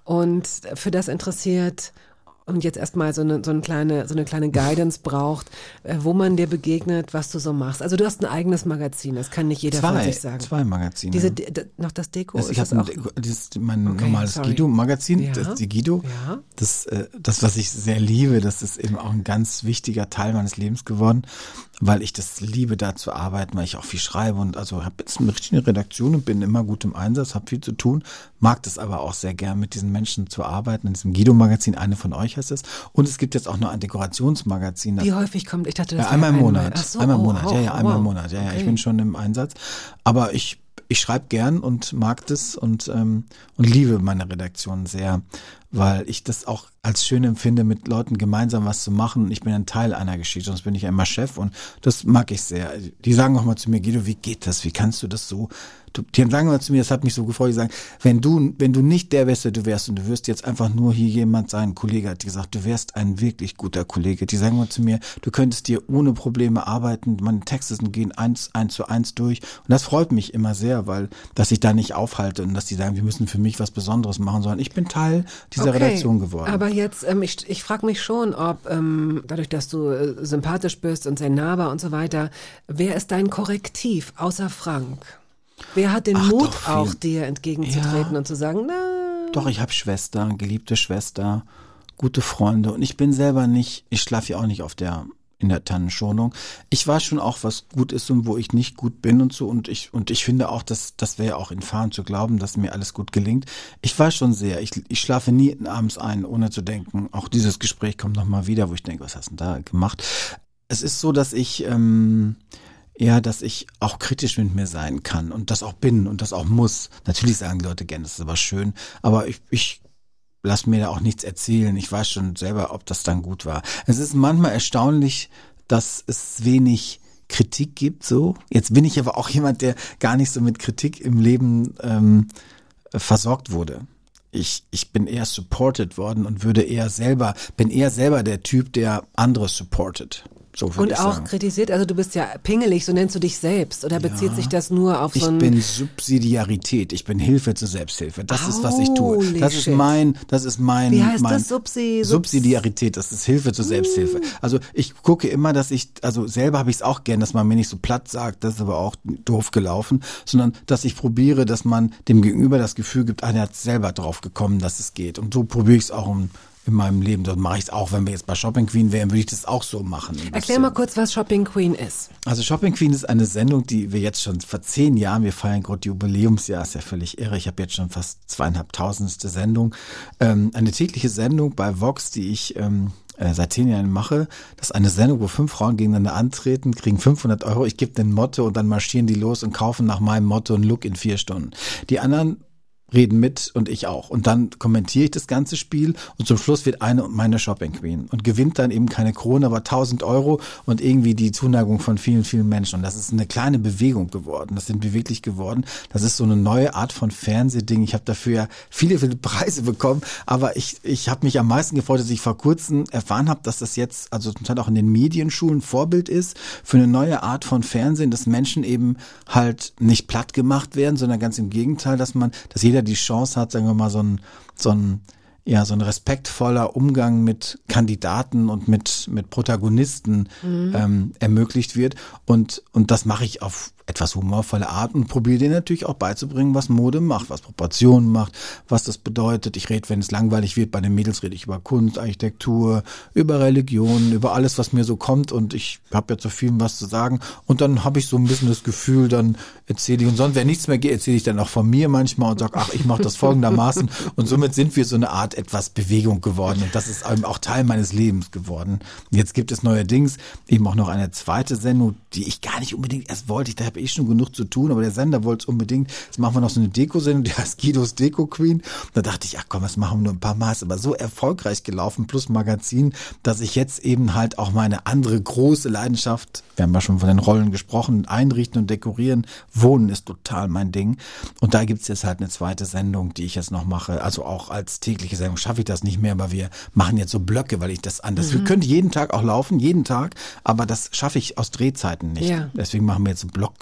und für das interessiert und jetzt erstmal so eine, so eine kleine, so eine kleine Guidance braucht, äh, wo man dir begegnet, was du so machst. Also du hast ein eigenes Magazin, das kann nicht jeder zwei, von sich sagen. Zwei Magazine. Diese, d- noch das Deko? Das, ich ist das habe auch? ein, dieses, mein Okay, normales sorry. Guido-Magazin, Ja. das die Guido. Ja. Das, äh, das, was ich sehr liebe, das ist eben auch ein ganz wichtiger Teil meines Lebens geworden, weil ich das liebe, da zu arbeiten, weil ich auch viel schreibe und also habe jetzt eine richtige Redaktion und bin immer gut im Einsatz, habe viel zu tun, mag das aber auch sehr gern, mit diesen Menschen zu arbeiten. In diesem Guido-Magazin, eine von euch heißt es. Und es gibt jetzt auch noch ein Dekorationsmagazin. Das Wie häufig kommt, ich dachte, das ja, einmal im wäre Monat. Ach so, einmal im oh, Monat, auch, ja, ja, einmal wow. im Monat. Ja, ja, Okay. ich bin schon im Einsatz. Aber ich, ich schreibe gern und mag das und, ähm, und liebe meine Redaktion sehr, weil ich das auch als schön empfinde, mit Leuten gemeinsam was zu machen. Ich bin ein Teil einer Geschichte, sonst bin ich ja immer Chef und das mag ich sehr. Die sagen auch mal zu mir, Guido, wie geht das? Wie kannst du das so? Die sagen mal zu mir, das hat mich so gefreut, die sagen, wenn du, wenn du nicht der wärst, der du wärst und du wirst jetzt einfach nur hier jemand sein, ein Kollege hat gesagt, du wärst ein wirklich guter Kollege. Die sagen mal zu mir, du könntest dir ohne Probleme arbeiten, meine Texte gehen eins, eins zu eins durch und das freut mich immer sehr, weil, dass ich da nicht aufhalte und dass die sagen, wir müssen für mich was Besonderes machen, sondern ich bin Teil dieser Okay, Redaktion geworden. Aber jetzt, ähm, ich, ich frage mich schon, ob ähm, dadurch, dass du äh, sympathisch bist und sehr nahbar und so weiter, wer ist dein Korrektiv außer Frank? Wer hat den Ach, Mut doch, viel. auch, dir entgegenzutreten Ja. und zu sagen, na, Doch, ich habe Schwester, geliebte Schwester, gute Freunde und ich bin selber nicht, ich schlafe ja auch nicht auf der in der Tannenschonung. Ich weiß schon auch, was gut ist und wo ich nicht gut bin und so und ich und ich finde auch, dass das wäre auch infam zu glauben, dass mir alles gut gelingt. Ich weiß schon sehr, ich, ich schlafe nie abends ein, ohne zu denken. Auch dieses Gespräch kommt nochmal wieder, wo ich denke, was hast du denn da gemacht? Es ist so, dass ich ähm, ja, dass ich auch kritisch mit mir sein kann und das auch bin und das auch muss. Natürlich sagen die Leute gerne, das ist aber schön, aber ich, ich lass mir da auch nichts erzählen. Ich weiß schon selber, ob das dann gut war. Es ist manchmal erstaunlich, dass es wenig Kritik gibt, so. Jetzt bin ich aber auch jemand, der gar nicht so mit Kritik im Leben ähm, versorgt wurde. Ich, ich bin eher supported worden und würde eher selber, bin eher selber der Typ, der andere supportet. So würde und ich auch sagen. kritisiert, also du bist ja pingelig, so nennst du dich selbst, oder bezieht Ja. sich das nur auf Ich so ein... bin Subsidiarität, ich bin Hilfe zur Selbsthilfe. Das ist, was ich tue. Holy Das ist shit. mein, das ist mein, Wie heißt mein das? Subsi- Subs- Subsidiarität, das ist Hilfe zur Selbsthilfe. Also ich gucke immer, dass ich, also selber habe ich es auch gern, dass man mir nicht so platt sagt, das ist aber auch doof gelaufen, sondern dass ich probiere, dass man dem Gegenüber das Gefühl gibt, ah, der hat selber drauf gekommen, dass es geht. Und so probiere ich es auch um in meinem Leben. Das mache ich es auch, wenn wir jetzt bei Shopping Queen wären, würde ich das auch so machen. ein Erklär bisschen. mal kurz, was Shopping Queen ist. Also Shopping Queen ist eine Sendung, die wir jetzt schon vor zehn Jahren, wir feiern gerade Jubiläumsjahr, ist ja völlig irre. Ich habe jetzt schon fast zweieinhalbtausendste Sendung. Ähm, eine tägliche Sendung bei Vox, die ich ähm, äh, seit zehn Jahren mache. Das ist eine Sendung, wo fünf Frauen gegeneinander antreten, kriegen fünfhundert Euro. Ich gebe den Motto und dann marschieren die los und kaufen nach meinem Motto einen Look in vier Stunden. Die anderen reden mit und ich auch. Und dann kommentiere ich das ganze Spiel und zum Schluss wird eine meine Shopping Queen und gewinnt dann eben keine Krone, aber tausend Euro und irgendwie die Zuneigung von vielen, vielen Menschen. Und das ist eine kleine Bewegung geworden. Das sind wir wirklich geworden. Das ist so eine neue Art von Fernsehding. Ich habe dafür ja viele, viele Preise bekommen, aber ich, ich habe mich am meisten gefreut, dass ich vor kurzem erfahren habe, dass das jetzt, also zum Teil auch in den Medienschulen Vorbild ist für eine neue Art von Fernsehen, dass Menschen eben halt nicht platt gemacht werden, sondern ganz im Gegenteil, dass man, dass jeder die Chance hat, sagen wir mal, so ein, so ein, ja, so ein respektvoller Umgang mit Kandidaten und mit, mit Protagonisten mhm. ähm, ermöglicht wird. Und, und das mache ich auf etwas humorvolle Art und probiere denen natürlich auch beizubringen, was Mode macht, was Proportionen macht, was das bedeutet. Ich rede, wenn es langweilig wird, bei den Mädels rede ich über Kunst, Architektur, über Religion, über alles, was mir so kommt und ich habe ja zu vielem was zu sagen und dann habe ich so ein bisschen das Gefühl, dann erzähle ich und sonst, wenn nichts mehr geht, erzähle ich dann auch von mir manchmal und sage, ach, ich mache das folgendermaßen und somit sind wir so eine Art etwas Bewegung geworden und das ist eben auch Teil meines Lebens geworden. Jetzt gibt es neuerdings eben auch noch eine zweite Sendung, die ich gar nicht unbedingt erst wollte. Ich habe eh schon genug zu tun, aber der Sender wollte es unbedingt. Jetzt machen wir noch so eine Deko-Sendung, die heißt Guidos Deko Queen. Da dachte ich, ach komm, das machen wir nur ein paar Mal. Ist aber so erfolgreich gelaufen, plus Magazin, dass ich jetzt eben halt auch meine andere große Leidenschaft, wir haben ja schon von den Rollen gesprochen, einrichten und dekorieren, wohnen ist total mein Ding. Und da gibt's jetzt halt eine zweite Sendung, die ich jetzt noch mache. Also auch als tägliche Sendung schaffe ich das nicht mehr, aber wir machen jetzt so Blöcke, weil ich das anders, mhm. wir können jeden Tag auch laufen, jeden Tag, aber das schaffe ich aus Drehzeiten nicht. Ja. Deswegen machen wir jetzt so Block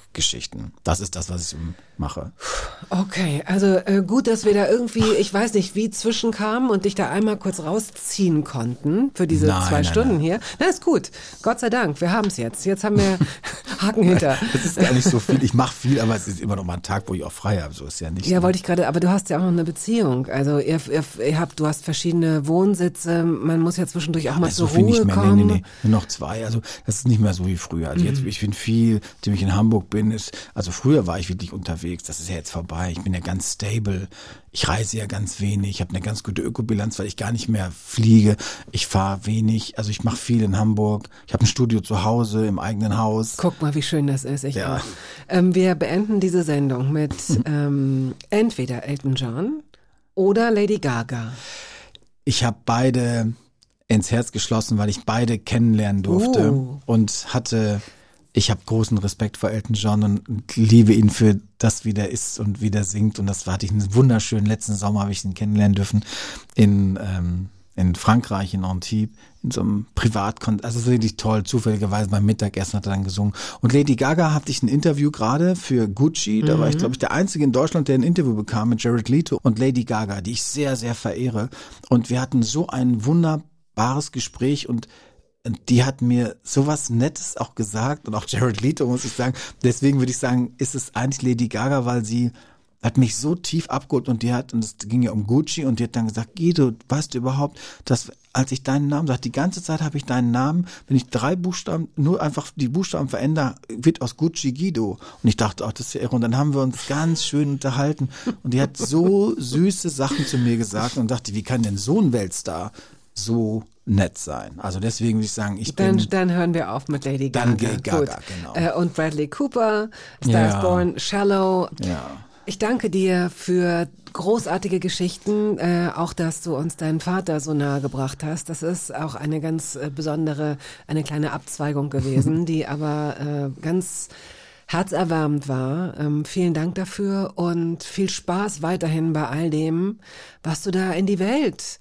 Hamburg-Geschichten. Das ist das, was ich mache. Okay, also äh, gut, dass wir da irgendwie, ich weiß nicht, wie zwischenkamen und dich da einmal kurz rausziehen konnten für diese Nein, zwei nein, Stunden nein. hier. Na, ist gut. Gott sei Dank, wir haben es jetzt. Jetzt haben wir Haken hinter. Das ist gar nicht so viel. Ich mache viel, aber es ist immer noch mal ein Tag, wo ich auch frei habe. So ist ja nicht. Ja, so. wollte ich gerade, aber du hast ja auch noch eine Beziehung. Also ihr, ihr, ihr habt, du hast verschiedene Wohnsitze, man muss ja zwischendurch auch mal Also zur so viel Ruhe nicht mehr. kommen. Nee, nee, nee. Nur noch zwei. Also das ist nicht mehr so wie früher. Also jetzt, ich bin viel, seitdem ich in Hamburg bin, ist, also früher war ich wirklich unterwegs. Das ist ja jetzt vorbei. Ich bin ja ganz stable. Ich reise ja ganz wenig. Ich habe eine ganz gute Ökobilanz, weil ich gar nicht mehr fliege. Ich fahre wenig. Also ich mache viel in Hamburg. Ich habe ein Studio zu Hause, im eigenen Haus. Guck mal, wie schön das ist. Ich Ja. auch. Ähm, wir beenden diese Sendung mit ähm, entweder Elton John oder Lady Gaga. Ich habe beide ins Herz geschlossen, weil ich beide kennenlernen durfte Oh. und hatte, ich habe großen Respekt vor Elton John und liebe ihn für das, wie der ist und wie der singt. Und das hatte ich einen wunderschönen, letzten Sommer habe ich ihn kennenlernen dürfen in, ähm, in Frankreich, in Antibes, in so einem Privatkon, also wirklich toll, zufälligerweise beim Mittagessen hat er dann gesungen. Und Lady Gaga hatte ich ein Interview gerade für Gucci, da war ich, glaube ich, der Einzige in Deutschland, der ein Interview bekam mit Jared Leto und Lady Gaga, die ich sehr, sehr verehre. Und wir hatten so ein wunderbares Gespräch und die hat mir sowas Nettes auch gesagt und auch Jared Leto, muss ich sagen. Deswegen würde ich sagen, ist es eigentlich Lady Gaga, weil sie hat mich so tief abgeholt und die hat, und es ging ja um Gucci und die hat dann gesagt, Guido, weißt du überhaupt, dass als ich deinen Namen sage, die ganze Zeit habe ich deinen Namen, wenn ich drei Buchstaben, nur einfach die Buchstaben verändere, wird aus Gucci Guido. Und ich dachte, ach, das ist ja irre. Und dann haben wir uns ganz schön unterhalten und die hat so süße Sachen zu mir gesagt und dachte, wie kann denn so ein Weltstar so nett sein? Also deswegen würde ich sagen, ich Dann, bin... dann hören wir auf mit Lady Gaga. Dann geht Gaga, Gut. genau. Äh, und Bradley Cooper, Star Ja. is Born, Shallow. Ja. Ich danke dir für großartige Geschichten, äh, auch dass du uns deinen Vater so nahe gebracht hast. Das ist auch eine ganz äh, besondere, eine kleine Abzweigung gewesen, die aber äh, ganz herzerwärmend war. Ähm, vielen Dank dafür und viel Spaß weiterhin bei all dem, was du da in die Welt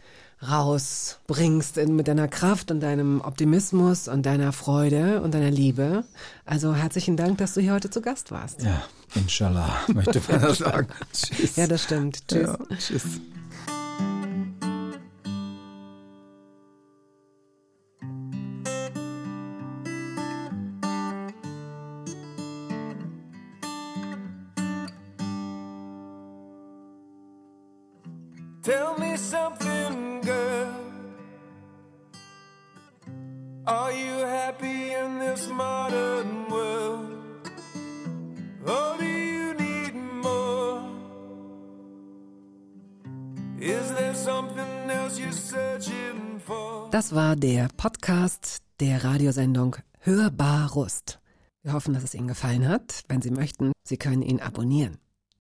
rausbringst in, mit deiner Kraft und deinem Optimismus und deiner Freude und deiner Liebe. Also herzlichen Dank, dass du hier heute zu Gast warst. Ja, inshallah, möchte man das sagen. Tschüss. Ja, das stimmt. Tschüss. Ja, tschüss. Tell me something, girl. Are you happy in this modern world? Or do you need more? Is there something else you're searching for? Das war der Podcast der Radiosendung Hörbar Rust. Wir hoffen, dass es Ihnen gefallen hat. Wenn Sie möchten, Sie können ihn abonnieren.